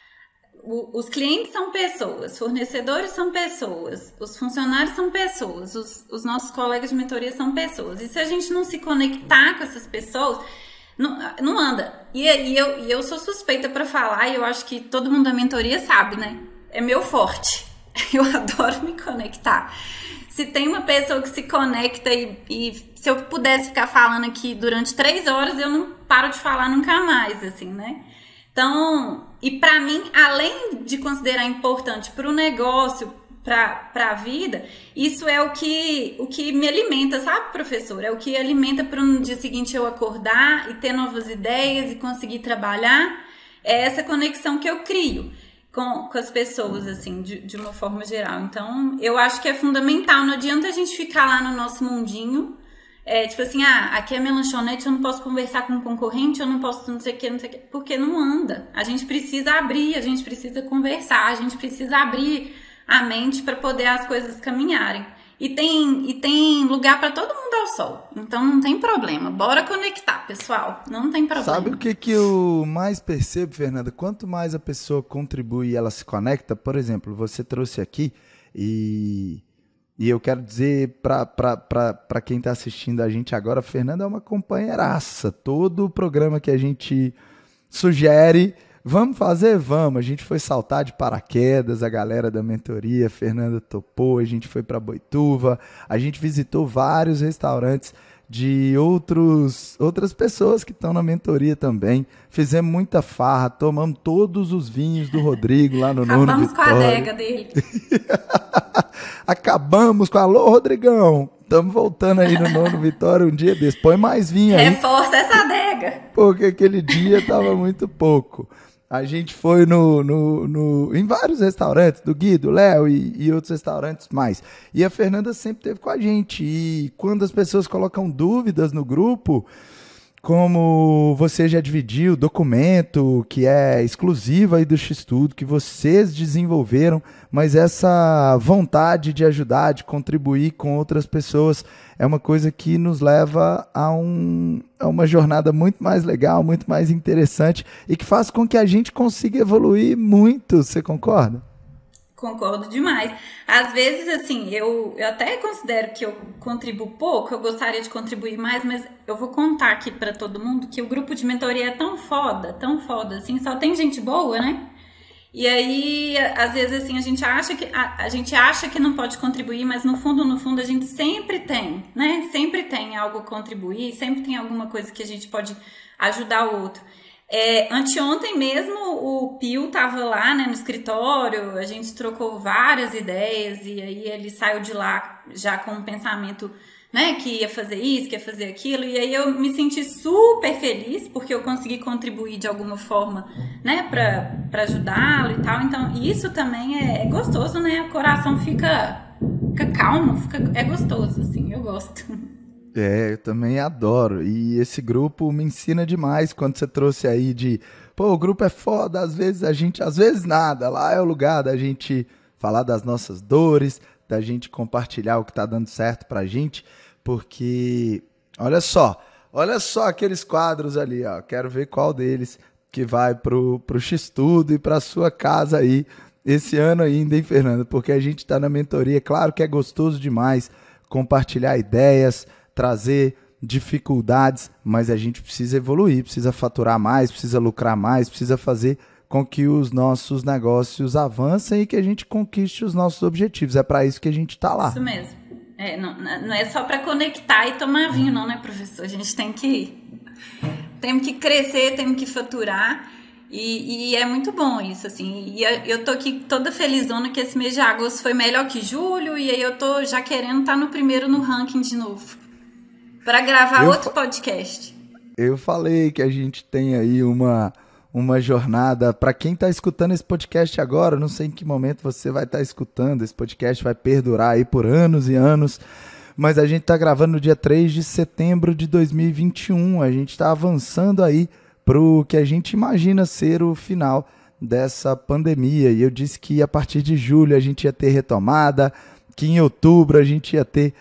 Os clientes são pessoas, fornecedores são pessoas, os funcionários são pessoas, os nossos colegas de mentoria são pessoas. E se a gente não se conectar com essas pessoas... Não anda. E eu sou suspeita para falar e eu acho que todo mundo da mentoria sabe, né? É meu forte. Eu adoro me conectar. Se tem uma pessoa que se conecta e se eu pudesse ficar falando aqui durante 3 horas, eu não paro de falar nunca mais, assim, né? Então, e para mim, além de considerar importante para o negócio, para a vida, isso é o que me alimenta, sabe, professor? É o que alimenta para no dia seguinte eu acordar e ter novas ideias e conseguir trabalhar. É essa conexão que eu crio com as pessoas, assim, de uma forma geral. Então, eu acho que é fundamental. Não adianta a gente ficar lá no nosso mundinho, tipo assim, aqui é minha lanchonete, eu não posso conversar com um concorrente, eu não posso não sei o que, porque não anda. A gente precisa abrir, a gente precisa conversar, a gente precisa abrir a mente para poder as coisas caminharem. e tem lugar para todo mundo ao sol. Então não tem problema. Bora conectar, pessoal. Não tem problema. Sabe o que eu mais percebo, Fernanda? Quanto mais a pessoa contribui e ela se conecta, por exemplo, você trouxe aqui e eu quero dizer para quem está assistindo a gente agora, a Fernanda é uma companheiraça. Todo o programa que a gente sugere, vamos fazer? Vamos. A gente foi saltar de paraquedas, a galera da mentoria, a Fernanda topou, a gente foi para Boituva, a gente visitou vários restaurantes de outras pessoas que estão na mentoria também. Fizemos muita farra, tomamos todos os vinhos do Rodrigo lá no Nono Vitória. Acabamos com a adega dele. Acabamos com... Alô, Rodrigão! Estamos voltando aí no Nono Vitória um dia desse. Põe mais vinho aí. Reforça essa adega. Porque aquele dia estava muito pouco. A gente foi em vários restaurantes, do Gui, do Léo e outros restaurantes mais. E a Fernanda sempre esteve com a gente. E quando as pessoas colocam dúvidas no grupo, como você já dividiu, documento que é exclusivo aí do X-Tudo, que vocês desenvolveram, mas essa vontade de ajudar, de contribuir com outras pessoas, é uma coisa que nos leva a uma jornada muito mais legal, muito mais interessante e que faz com que a gente consiga evoluir muito. Você concorda? Concordo demais. Às vezes, assim, eu até considero que eu contribuo pouco, eu gostaria de contribuir mais, mas eu vou contar aqui para todo mundo que o grupo de mentoria é tão foda, assim, só tem gente boa, né? E aí, às vezes, assim, a gente acha que não pode contribuir, mas no fundo, a gente sempre tem, né? Sempre tem algo a contribuir, sempre tem alguma coisa que a gente pode ajudar o outro. Anteontem mesmo o Pio estava lá, né, no escritório, a gente trocou várias ideias e aí ele saiu de lá já com um pensamento, né, que ia fazer isso, que ia fazer aquilo, e aí eu me senti super feliz porque eu consegui contribuir de alguma forma, né, para ajudá-lo e tal. Então isso também é gostoso, né, o coração fica calmo, é gostoso, assim, eu gosto. Eu também adoro. E esse grupo me ensina demais quando você trouxe aí o grupo é foda, às vezes nada. Lá é o lugar da gente falar das nossas dores, da gente compartilhar o que tá dando certo pra gente, porque olha só aqueles quadros ali, ó. Quero ver qual deles que vai pro X-Tudo e pra sua casa aí esse ano ainda, hein, Fernanda? Porque a gente tá na mentoria, claro que é gostoso demais compartilhar ideias, trazer dificuldades, mas a gente precisa evoluir, precisa faturar mais, precisa lucrar mais, precisa fazer com que os nossos negócios avancem e que a gente conquiste os nossos objetivos. É para isso que a gente está lá. Isso mesmo. Não é só para conectar e tomar vinho, não, né, professor? A gente tem que crescer, tem que faturar e é muito bom isso, assim. E eu tô aqui toda felizona que esse mês de agosto foi melhor que julho e aí eu tô já querendo estar no primeiro no ranking de novo. Para gravar outro podcast. Eu falei que a gente tem aí uma jornada. Para quem está escutando esse podcast agora, não sei em que momento você vai estar escutando, esse podcast vai perdurar aí por anos e anos, mas a gente está gravando no dia 3 de setembro de 2021. A gente está avançando aí para o que a gente imagina ser o final dessa pandemia. E eu disse que a partir de julho a gente ia ter retomada, que em outubro a gente ia ter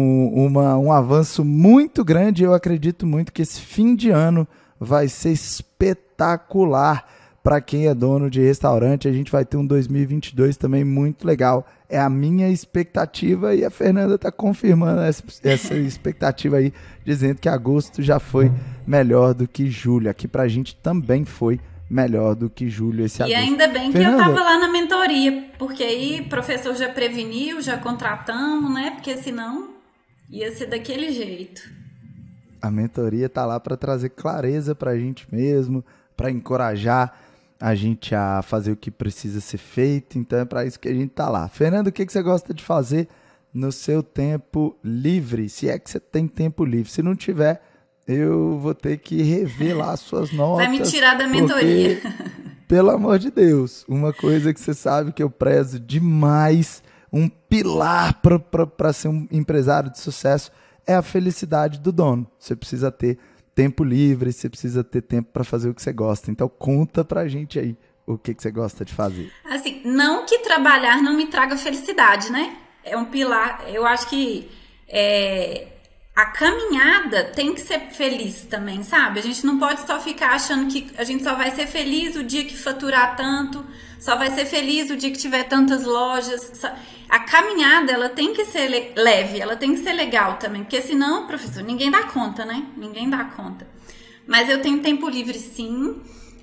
um avanço muito grande. Eu acredito muito que esse fim de ano vai ser espetacular para quem é dono de restaurante. A gente vai ter um 2022 também muito legal. É a minha expectativa e a Fernanda está confirmando essa expectativa aí, dizendo que agosto já foi melhor do que julho. Aqui para a gente também foi melhor do que julho esse agosto. E ainda bem que Fernanda, eu tava lá na mentoria, porque aí o professor já preveniu, já contratamos, né? Porque senão ia ser daquele jeito. A mentoria tá lá para trazer clareza pra gente mesmo, para encorajar a gente a fazer o que precisa ser feito. Então é para isso que a gente tá lá. Fernanda, o que você gosta de fazer no seu tempo livre? Se é que você tem tempo livre. Se não tiver, eu vou ter que rever lá as suas notas. Vai me tirar da mentoria. Pelo amor de Deus, uma coisa que você sabe que eu prezo demais, um pilar para ser um empresário de sucesso, é a felicidade do dono. Você precisa ter tempo livre, você precisa ter tempo para fazer o que você gosta. Então conta pra gente aí o que você gosta de fazer. Assim, não que trabalhar não me traga felicidade, né? é um pilar. Eu acho que a caminhada tem que ser feliz também, sabe? A gente não pode só ficar achando que a gente só vai ser feliz o dia que faturar tanto, só vai ser feliz o dia que tiver tantas lojas. A caminhada, ela tem que ser leve, ela tem que ser legal também, porque senão, professor, ninguém dá conta, né? Ninguém dá conta. Mas eu tenho tempo livre, sim.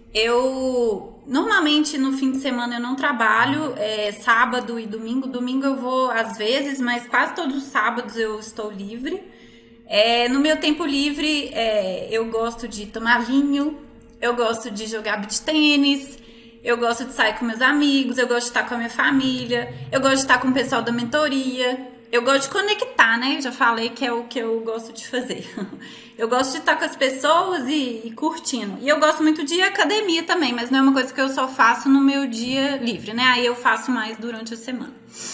Eu, normalmente, no fim de semana eu não trabalho, sábado e domingo. Domingo eu vou às vezes, mas quase todos os sábados eu estou livre. No meu tempo livre, eu gosto de tomar vinho, eu gosto de jogar beach tênis, eu gosto de sair com meus amigos, eu gosto de estar com a minha família, eu gosto de estar com o pessoal da mentoria, eu gosto de conectar, né? Eu já falei que é o que eu gosto de fazer. Eu gosto de estar com as pessoas e curtindo. E eu gosto muito de academia também, mas não é uma coisa que eu só faço no meu dia livre, né? Aí eu faço mais durante a semana.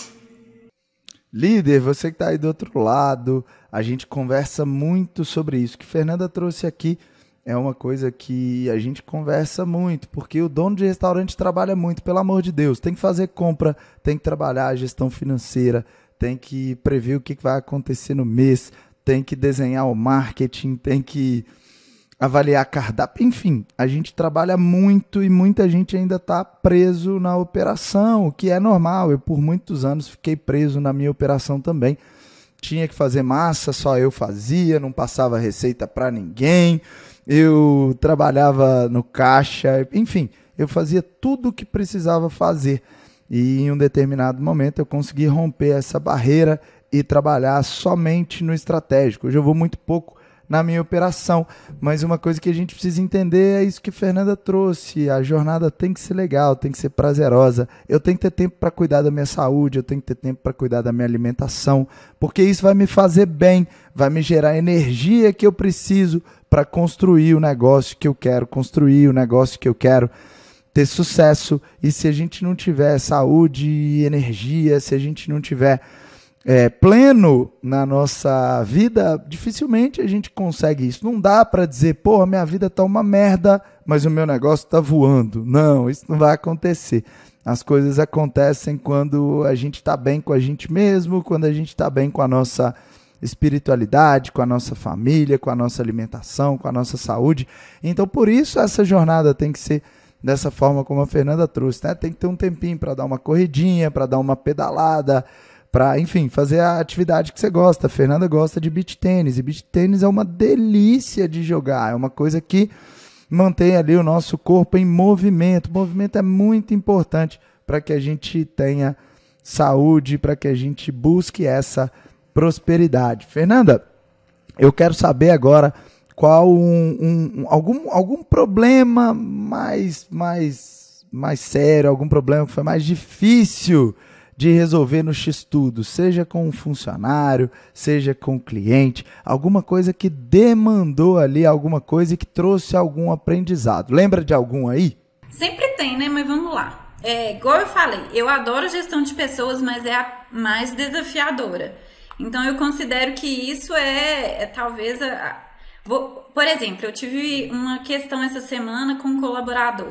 Líder, você que está aí do outro lado, a gente conversa muito sobre isso. O que a Fernanda trouxe aqui é uma coisa que a gente conversa muito, porque o dono de restaurante trabalha muito, pelo amor de Deus. Tem que fazer compra, tem que trabalhar a gestão financeira, tem que prever o que vai acontecer no mês, tem que desenhar o marketing, tem que avaliar cardápio. Enfim, a gente trabalha muito e muita gente ainda está preso na operação, o que é normal. Eu, por muitos anos, fiquei preso na minha operação também. Tinha que fazer massa, só eu fazia, não passava receita para ninguém. Eu trabalhava no caixa, enfim, eu fazia tudo o que precisava fazer. E em um determinado momento eu consegui romper essa barreira e trabalhar somente no estratégico. Hoje eu vou muito pouco na minha operação, mas uma coisa que a gente precisa entender é isso que a Fernanda trouxe. A jornada tem que ser legal, tem que ser prazerosa. Eu tenho que ter tempo para cuidar da minha saúde, eu tenho que ter tempo para cuidar da minha alimentação, porque isso vai me fazer bem, vai me gerar a energia que eu preciso para construir o negócio que eu quero construir, o negócio que eu quero ter sucesso. E se a gente não tiver saúde e energia, se a gente não tiver pleno na nossa vida, dificilmente a gente consegue isso. Não dá para dizer, porra, minha vida tá uma merda, mas o meu negócio tá voando. Não, isso não vai acontecer. As coisas acontecem quando a gente está bem com a gente mesmo, quando a gente está bem com a nossa espiritualidade, com a nossa família, com a nossa alimentação, com a nossa saúde. Então, por isso, essa jornada tem que ser dessa forma como a Fernanda trouxe, né? Tem que ter um tempinho para dar uma corridinha, para dar uma pedalada, para, enfim, fazer a atividade que você gosta. A Fernanda gosta de beach tênis, e beach tênis é uma delícia de jogar, é uma coisa que mantém ali o nosso corpo em movimento. O movimento é muito importante para que a gente tenha saúde, para que a gente busque essa prosperidade. Fernanda, eu quero saber agora qual algum problema mais sério, algum problema que foi mais difícil de resolver no X-Tudo, seja com um funcionário, seja com um cliente, alguma coisa que demandou ali alguma coisa e que trouxe algum aprendizado. Lembra de algum aí? Sempre tem, né? Mas vamos lá. Igual eu falei, eu adoro gestão de pessoas, mas é a mais desafiadora. Então eu considero que isso talvez... Por exemplo, eu tive uma questão essa semana com um colaborador.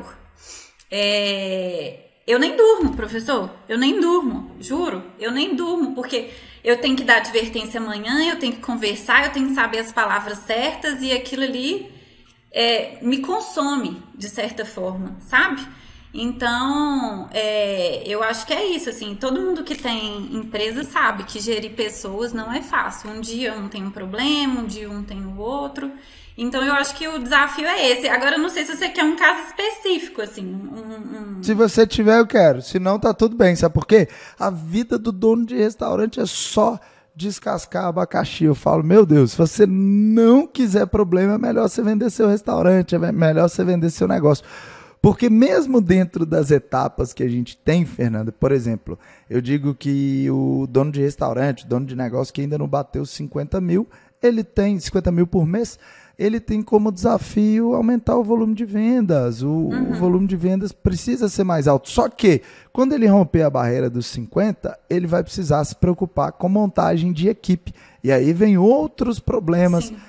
Eu nem durmo, professor. Eu nem durmo, juro. Eu nem durmo, porque eu tenho que dar advertência amanhã, eu tenho que conversar, eu tenho que saber as palavras certas e aquilo ali me consome, de certa forma, sabe? Então, eu acho que é isso, assim, todo mundo que tem empresa sabe que gerir pessoas não é fácil. Um dia um tem um problema, um dia um tem o outro. Então, eu acho que o desafio é esse. Agora, eu não sei se você quer um caso específico, assim. Se você tiver, eu quero. Se não, tá tudo bem. Sabe por quê? A vida do dono de restaurante é só descascar abacaxi. Eu falo, meu Deus, se você não quiser problema, é melhor você vender seu restaurante, é melhor você vender seu negócio. Porque mesmo dentro das etapas que a gente tem, Fernanda, por exemplo, eu digo que o dono de restaurante, o dono de negócio que ainda não bateu 50 mil, ele tem 50 mil por mês, ele tem como desafio aumentar o volume de vendas. O volume de vendas precisa ser mais alto. Só que, quando ele romper a barreira dos 50, ele vai precisar se preocupar com montagem de equipe. E aí vem outros problemas. Sim.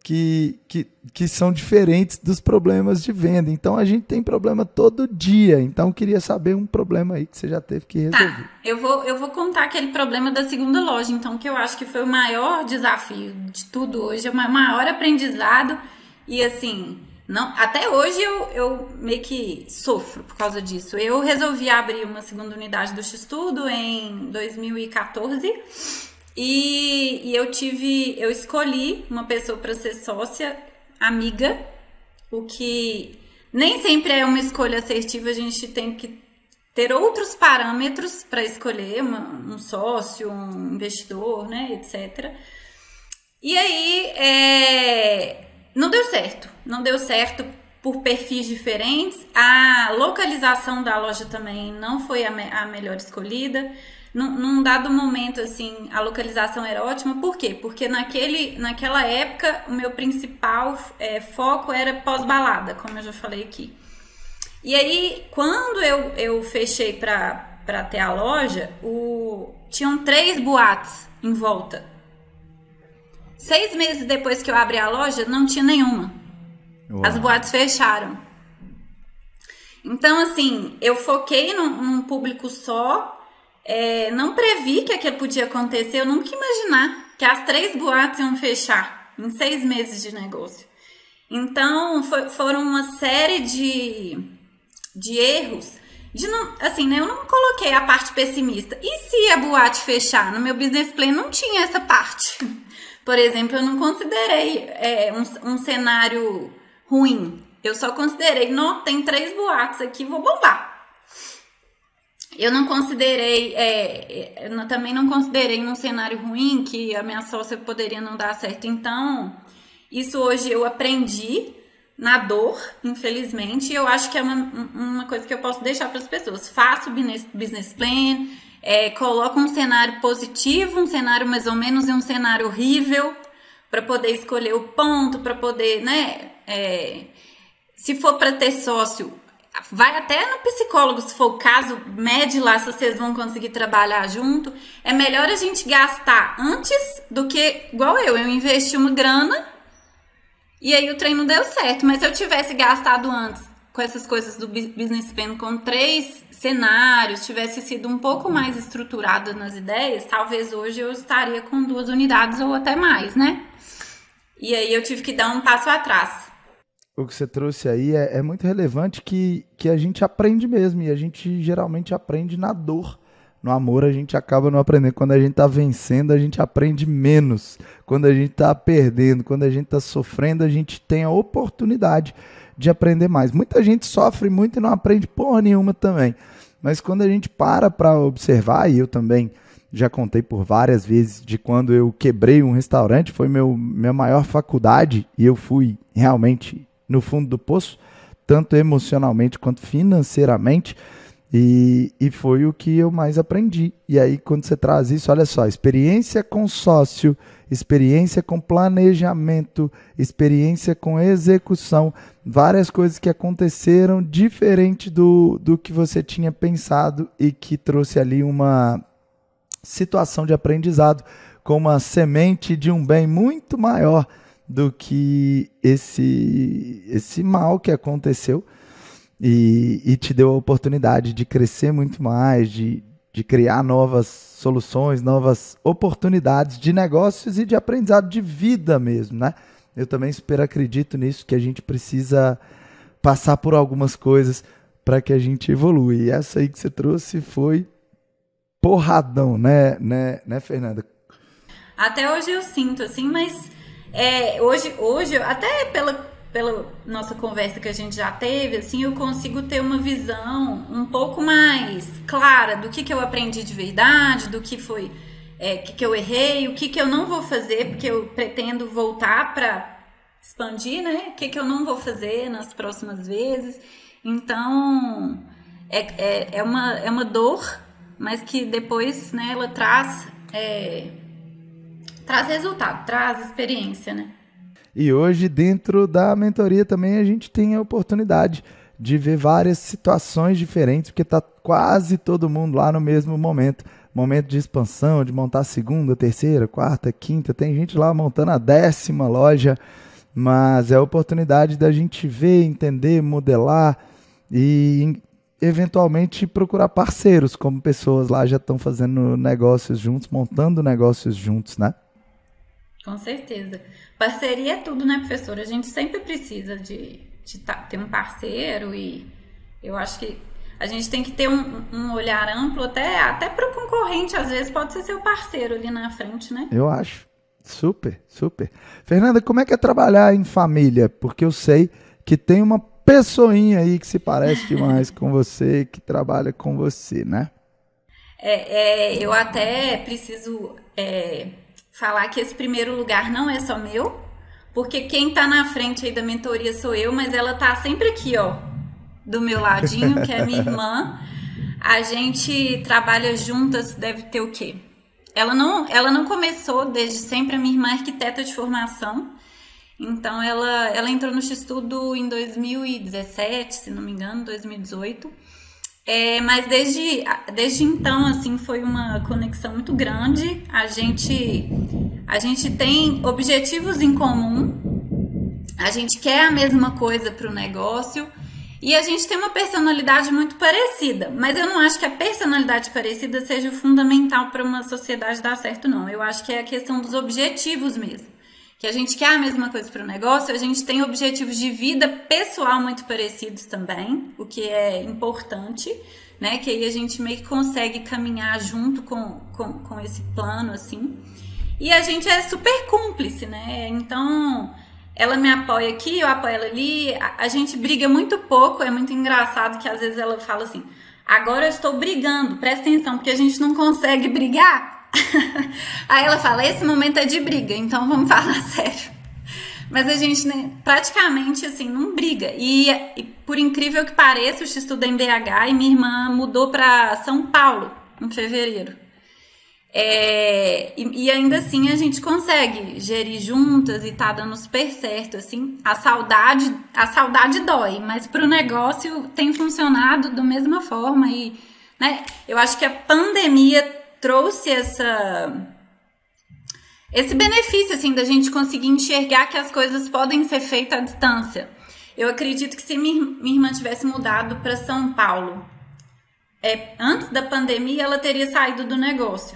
que são diferentes dos problemas de venda. Então, a gente tem problema todo dia. Então, queria saber um problema aí que você já teve que resolver. Tá, eu vou contar aquele problema da segunda loja, então, que eu acho que foi o maior desafio de tudo hoje, é o maior aprendizado. E, assim, não, até hoje eu meio que sofro por causa disso. Eu resolvi abrir uma segunda unidade do X-Tudo em 2014 e eu escolhi uma pessoa para ser sócia, amiga, o que nem sempre é uma escolha assertiva, a gente tem que ter outros parâmetros para escolher um sócio, um investidor, né, etc. E aí, não deu certo por perfis diferentes, a localização da loja também não foi a melhor escolhida. Num dado momento, assim, a localização era ótima. Por quê? Porque naquela época, o meu principal foco era pós-balada, como eu já falei aqui. E aí, quando eu fechei para ter a loja, tinham 3 boates em volta. 6 meses depois que eu abri a loja, não tinha nenhuma. Uau. As boates fecharam. Então, assim, eu foquei num público só, não previ que aquilo podia acontecer, eu nunca ia imaginar que as 3 boates iam fechar em 6 meses de negócio. Então, foram uma série de erros. Assim, né, eu não coloquei a parte pessimista. E se a boate fechar? No meu business plan não tinha essa parte. Por exemplo, eu não considerei um cenário ruim. Eu só considerei, não, tem 3 boates aqui, vou bombar. Eu não considerei, eu também não considerei um cenário ruim que a minha sócia poderia não dar certo. Então, isso hoje eu aprendi na dor, infelizmente. E eu acho que é uma coisa que eu posso deixar para as pessoas. Faça o business plan, coloca um cenário positivo, um cenário mais ou menos e um cenário horrível para poder escolher o ponto, para poder, né? Se for para ter sócio, vai até no psicólogo, se for o caso, mede lá se vocês vão conseguir trabalhar junto. É melhor a gente gastar antes do que, igual eu investi uma grana e aí o trem não deu certo. Mas se eu tivesse gastado antes com essas coisas do business plan, com 3 cenários, tivesse sido um pouco mais estruturada nas ideias, talvez hoje eu estaria com 2 unidades ou até mais, né? E aí eu tive que dar um passo atrás. O que você trouxe aí é muito relevante que a gente aprende mesmo, e a gente geralmente aprende na dor. No amor a gente acaba não aprendendo. Quando a gente está vencendo, a gente aprende menos. Quando a gente está perdendo, quando a gente está sofrendo, a gente tem a oportunidade de aprender mais. Muita gente sofre muito e não aprende porra nenhuma também. Mas quando a gente para observar, e eu também já contei por várias vezes de quando eu quebrei um restaurante, foi minha maior faculdade, e eu fui realmente no fundo do poço, tanto emocionalmente quanto financeiramente, e foi o que eu mais aprendi. E aí, quando você traz isso, olha só, experiência com sócio, experiência com planejamento, experiência com execução, várias coisas que aconteceram diferente do que você tinha pensado e que trouxe ali uma situação de aprendizado com uma semente de um bem muito maior do que esse mal que aconteceu, e te deu a oportunidade de crescer muito mais, de criar novas soluções, novas oportunidades de negócios e de aprendizado de vida mesmo, né? Eu também super acredito nisso, que a gente precisa passar por algumas coisas para que a gente evolua. E essa aí que você trouxe foi porradão, né, Fernanda? Até hoje eu sinto, assim, mas hoje até pela nossa conversa que a gente já teve, assim, eu consigo ter uma visão um pouco mais clara do que eu aprendi de verdade, do que foi, que eu errei, o que eu não vou fazer, porque eu pretendo voltar para expandir, né? O que eu não vou fazer nas próximas vezes. Então, é uma dor, mas que depois, né, ela traz resultado, traz experiência, né? E hoje, dentro da mentoria também, a gente tem a oportunidade de ver várias situações diferentes, porque está quase todo mundo lá no mesmo momento de expansão, de montar a 2ª, 3ª, 4ª, 5ª, tem gente lá montando a 10ª loja, mas é a oportunidade da gente ver, entender, modelar e eventualmente procurar parceiros, como pessoas lá já estão fazendo negócios juntos, montando negócios juntos, né? Com certeza. Parceria é tudo, né, professora? A gente sempre precisa de ter um parceiro e eu acho que a gente tem que ter um olhar amplo, até para o concorrente, às vezes pode ser seu parceiro ali na frente, né? Eu acho. Super, super. Fernanda, como é que é trabalhar em família? Porque eu sei que tem uma pessoinha aí que se parece demais com você, que trabalha com você, né? Eu até preciso falar que esse primeiro lugar não é só meu, porque quem tá na frente aí da mentoria sou eu, mas ela tá sempre aqui, ó, do meu ladinho, que é minha irmã. A gente trabalha juntas, deve ter o quê? Ela não começou desde sempre, a minha irmã é arquiteta de formação, então ela entrou no X-Tudo em 2017, se não me engano, 2018. Mas desde então, assim, foi uma conexão muito grande. A gente tem objetivos em comum, a gente quer a mesma coisa para o negócio e a gente tem uma personalidade muito parecida. Mas eu não acho que a personalidade parecida seja o fundamental para uma sociedade dar certo, não. Eu acho que é a questão dos objetivos mesmo. Que a gente quer a mesma coisa para o negócio, a gente tem objetivos de vida pessoal muito parecidos também, o que é importante, né? Que aí a gente meio que consegue caminhar junto com esse plano, assim. E a gente é super cúmplice, né? Então, ela me apoia aqui, eu apoio ela ali, a gente briga muito pouco, é muito engraçado que às vezes ela fala assim, agora eu estou brigando, presta atenção, porque a gente não consegue brigar. Aí ela fala, esse momento é de briga, então vamos falar sério. Mas a gente, né, praticamente assim não briga. E por incrível que pareça, eu estudo em BH e minha irmã mudou para São Paulo em fevereiro. E ainda assim a gente consegue gerir juntas e tá dando super certo, assim. A saudade dói, mas pro negócio tem funcionado da mesma forma e, né, eu acho que a pandemia trouxe esse benefício, assim, da gente conseguir enxergar que as coisas podem ser feitas à distância. Eu acredito que se minha irmã tivesse mudado para São Paulo, antes da pandemia, ela teria saído do negócio.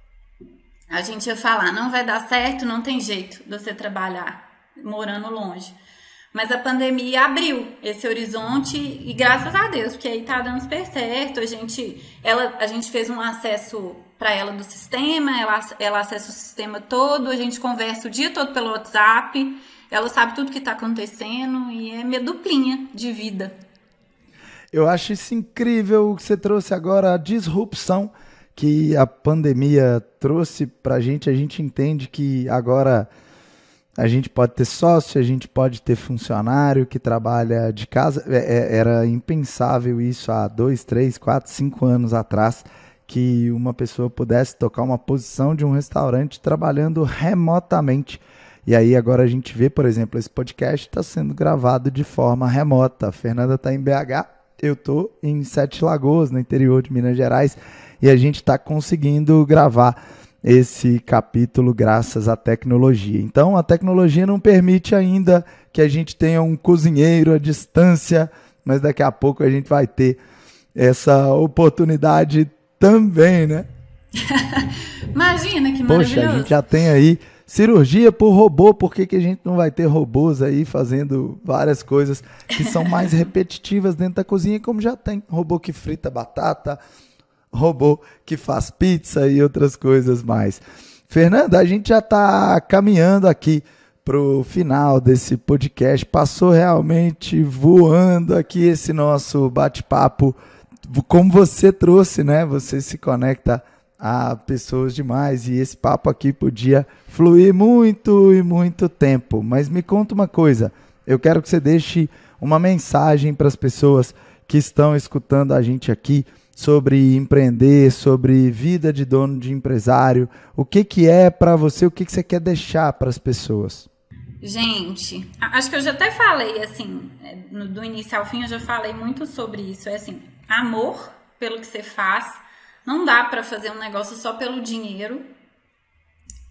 A gente ia falar, não vai dar certo, não tem jeito de você trabalhar morando longe. Mas a pandemia abriu esse horizonte e graças a Deus, porque aí tá dando super certo. A gente fez um acesso para ela do sistema, ela acessa o sistema todo, a gente conversa o dia todo pelo WhatsApp, ela sabe tudo que tá acontecendo e é minha duplinha de vida. Eu acho isso incrível o que você trouxe agora, a disrupção que a pandemia trouxe pra gente. A gente entende que agora a gente pode ter sócio, a gente pode ter funcionário que trabalha de casa. Era impensável isso há 2, 3, 4, 5 anos atrás, que uma pessoa pudesse tocar uma posição de um restaurante trabalhando remotamente. E aí agora a gente vê, por exemplo, esse podcast está sendo gravado de forma remota. A Fernanda está em BH, eu estou em Sete Lagoas, no interior de Minas Gerais, e a gente está conseguindo gravar esse capítulo graças à tecnologia. Então, a tecnologia não permite ainda que a gente tenha um cozinheiro à distância, mas daqui a pouco a gente vai ter essa oportunidade também, né? Imagina que maravilhoso. Poxa, a gente já tem aí cirurgia por robô, por que a gente não vai ter robôs aí fazendo várias coisas que são mais repetitivas dentro da cozinha, como já tem robô que frita batata, robô que faz pizza e outras coisas mais. Fernanda, a gente já está caminhando aqui para o final desse podcast. Passou realmente voando aqui esse nosso bate-papo. Como você trouxe, né? Você se conecta a pessoas demais e esse papo aqui podia fluir muito e muito tempo. Mas me conta uma coisa, eu quero que você deixe uma mensagem para as pessoas que estão escutando a gente aqui sobre empreender, sobre vida de dono de empresário. O que é para você, o que você quer deixar para as pessoas? Gente, acho que eu já até falei, assim, do início ao fim eu já falei muito sobre isso. É assim, amor pelo que você faz. Não dá para fazer um negócio só pelo dinheiro.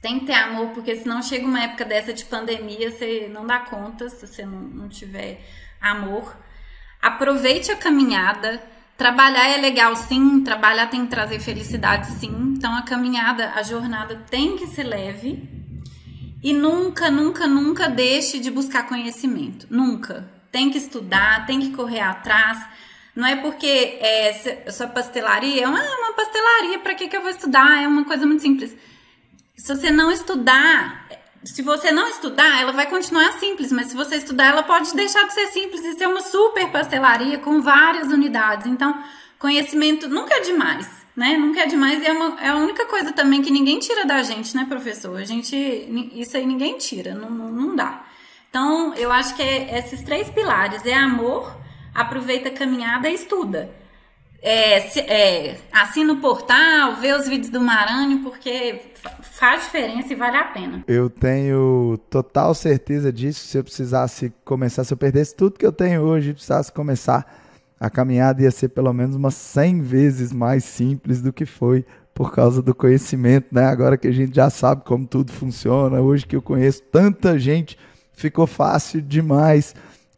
Tem que ter amor, porque senão chega uma época dessa de pandemia, você não dá conta se você não tiver amor. Aproveite a caminhada. Trabalhar é legal, sim. Trabalhar tem que trazer felicidade, sim. Então a caminhada, a jornada tem que ser leve. E nunca, nunca, nunca deixe de buscar conhecimento. Nunca. Tem que estudar, tem que correr atrás. Não é porque sua pastelaria é uma pastelaria, para que eu vou estudar? É uma coisa muito simples. Se você não estudar, ela vai continuar simples, mas se você estudar, ela pode deixar de ser simples e ser uma super pastelaria com várias unidades. Então, conhecimento nunca é demais, né? Nunca é demais e é a única coisa também que ninguém tira da gente, né, professor? Isso aí ninguém tira, não dá. Então, eu acho que esses 3 pilares, amor, aproveita a caminhada e estuda. Assina o portal, vê os vídeos do Marânio, porque faz diferença e vale a pena. Eu tenho total certeza disso. Se eu precisasse começar, se eu perdesse tudo que eu tenho hoje e precisasse começar, a caminhada ia ser pelo menos umas 100 vezes mais simples do que foi por causa do conhecimento, né? Agora que a gente já sabe como tudo funciona, hoje que eu conheço tanta gente, ficou fácil demais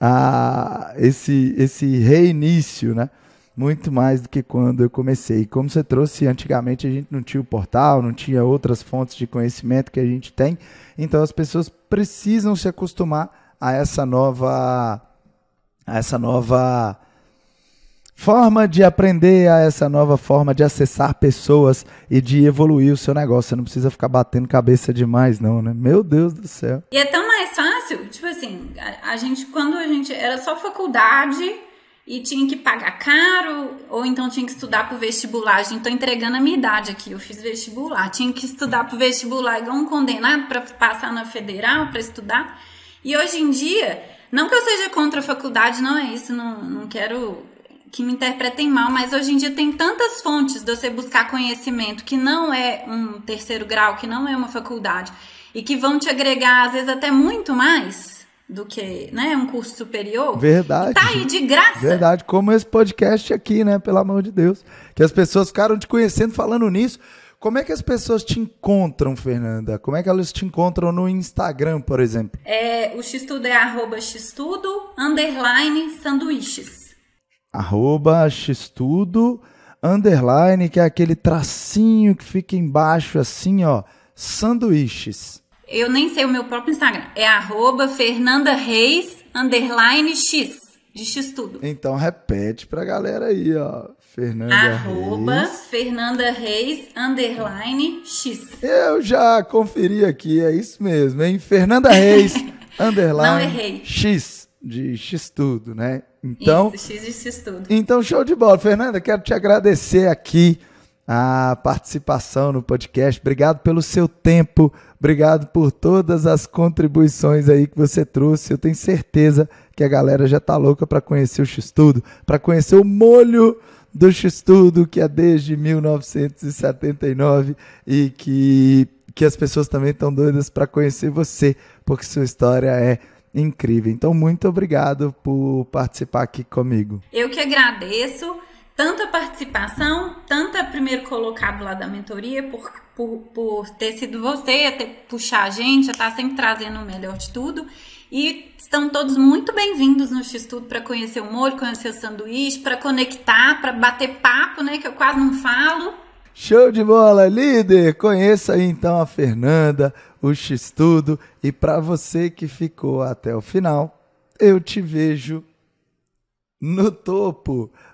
esse reinício, né? Muito mais do que quando eu comecei. Como você trouxe, antigamente a gente não tinha o portal, não tinha outras fontes de conhecimento que a gente tem, então as pessoas precisam se acostumar a essa nova forma de aprender, a essa nova forma de acessar pessoas e de evoluir o seu negócio. Você não precisa ficar batendo cabeça demais não, né? Meu Deus do céu. E é tão mais fácil, tipo assim, quando a gente era só faculdade e tinha que pagar caro, ou então tinha que estudar pro vestibular. A gente tá entregando a minha idade aqui, eu fiz vestibular. Tinha que estudar pro vestibular igual um condenado para passar na federal, para estudar. E hoje em dia, não que eu seja contra a faculdade, não é isso, não quero que me interpretem mal, mas hoje em dia tem tantas fontes de você buscar conhecimento que não é um 3º grau, que não é uma faculdade, e que vão te agregar, às vezes, até muito mais do que, né, um curso superior. Verdade. E tá aí de graça. Verdade, como esse podcast aqui, né, pelo amor de Deus. Que as pessoas ficaram te conhecendo falando nisso. Como é que as pessoas te encontram, Fernanda? Como é que elas te encontram no Instagram, por exemplo? O Xtudo é @xtudo_sanduíches. @xtudo_, que é aquele tracinho que fica embaixo assim, ó, sanduíches. Eu nem sei o meu próprio Instagram. É @FernandaReis_X, de Xtudo. Então repete pra galera aí, ó. @FernandaReis_X. Eu já conferi aqui, é isso mesmo, hein? Fernanda Reis, Não errei. X, de Xtudo, né? Então, isso, X de Xtudo. Então, show de bola. Fernanda, quero te agradecer aqui a participação no podcast. Obrigado pelo seu tempo, obrigado por todas as contribuições aí que você trouxe. Eu tenho certeza que a galera já tá louca para conhecer o Xtudo, para conhecer o molho do Xtudo, que é desde 1979 e que as pessoas também estão doidas para conhecer você, porque sua história é incrível. Então, muito obrigado por participar aqui comigo. Eu que agradeço tanto a participação, tanto a primeiro colocado lá da mentoria, por ter sido você, a ter puxar a gente, a estar sempre trazendo o melhor de tudo. E estão todos muito bem-vindos no Xtudo para conhecer o molho, conhecer o sanduíche, para conectar, para bater papo, né, que eu quase não falo. Show de bola, líder! Conheça aí então a Fernanda, o Xtudo, e para você que ficou até o final, eu te vejo no topo.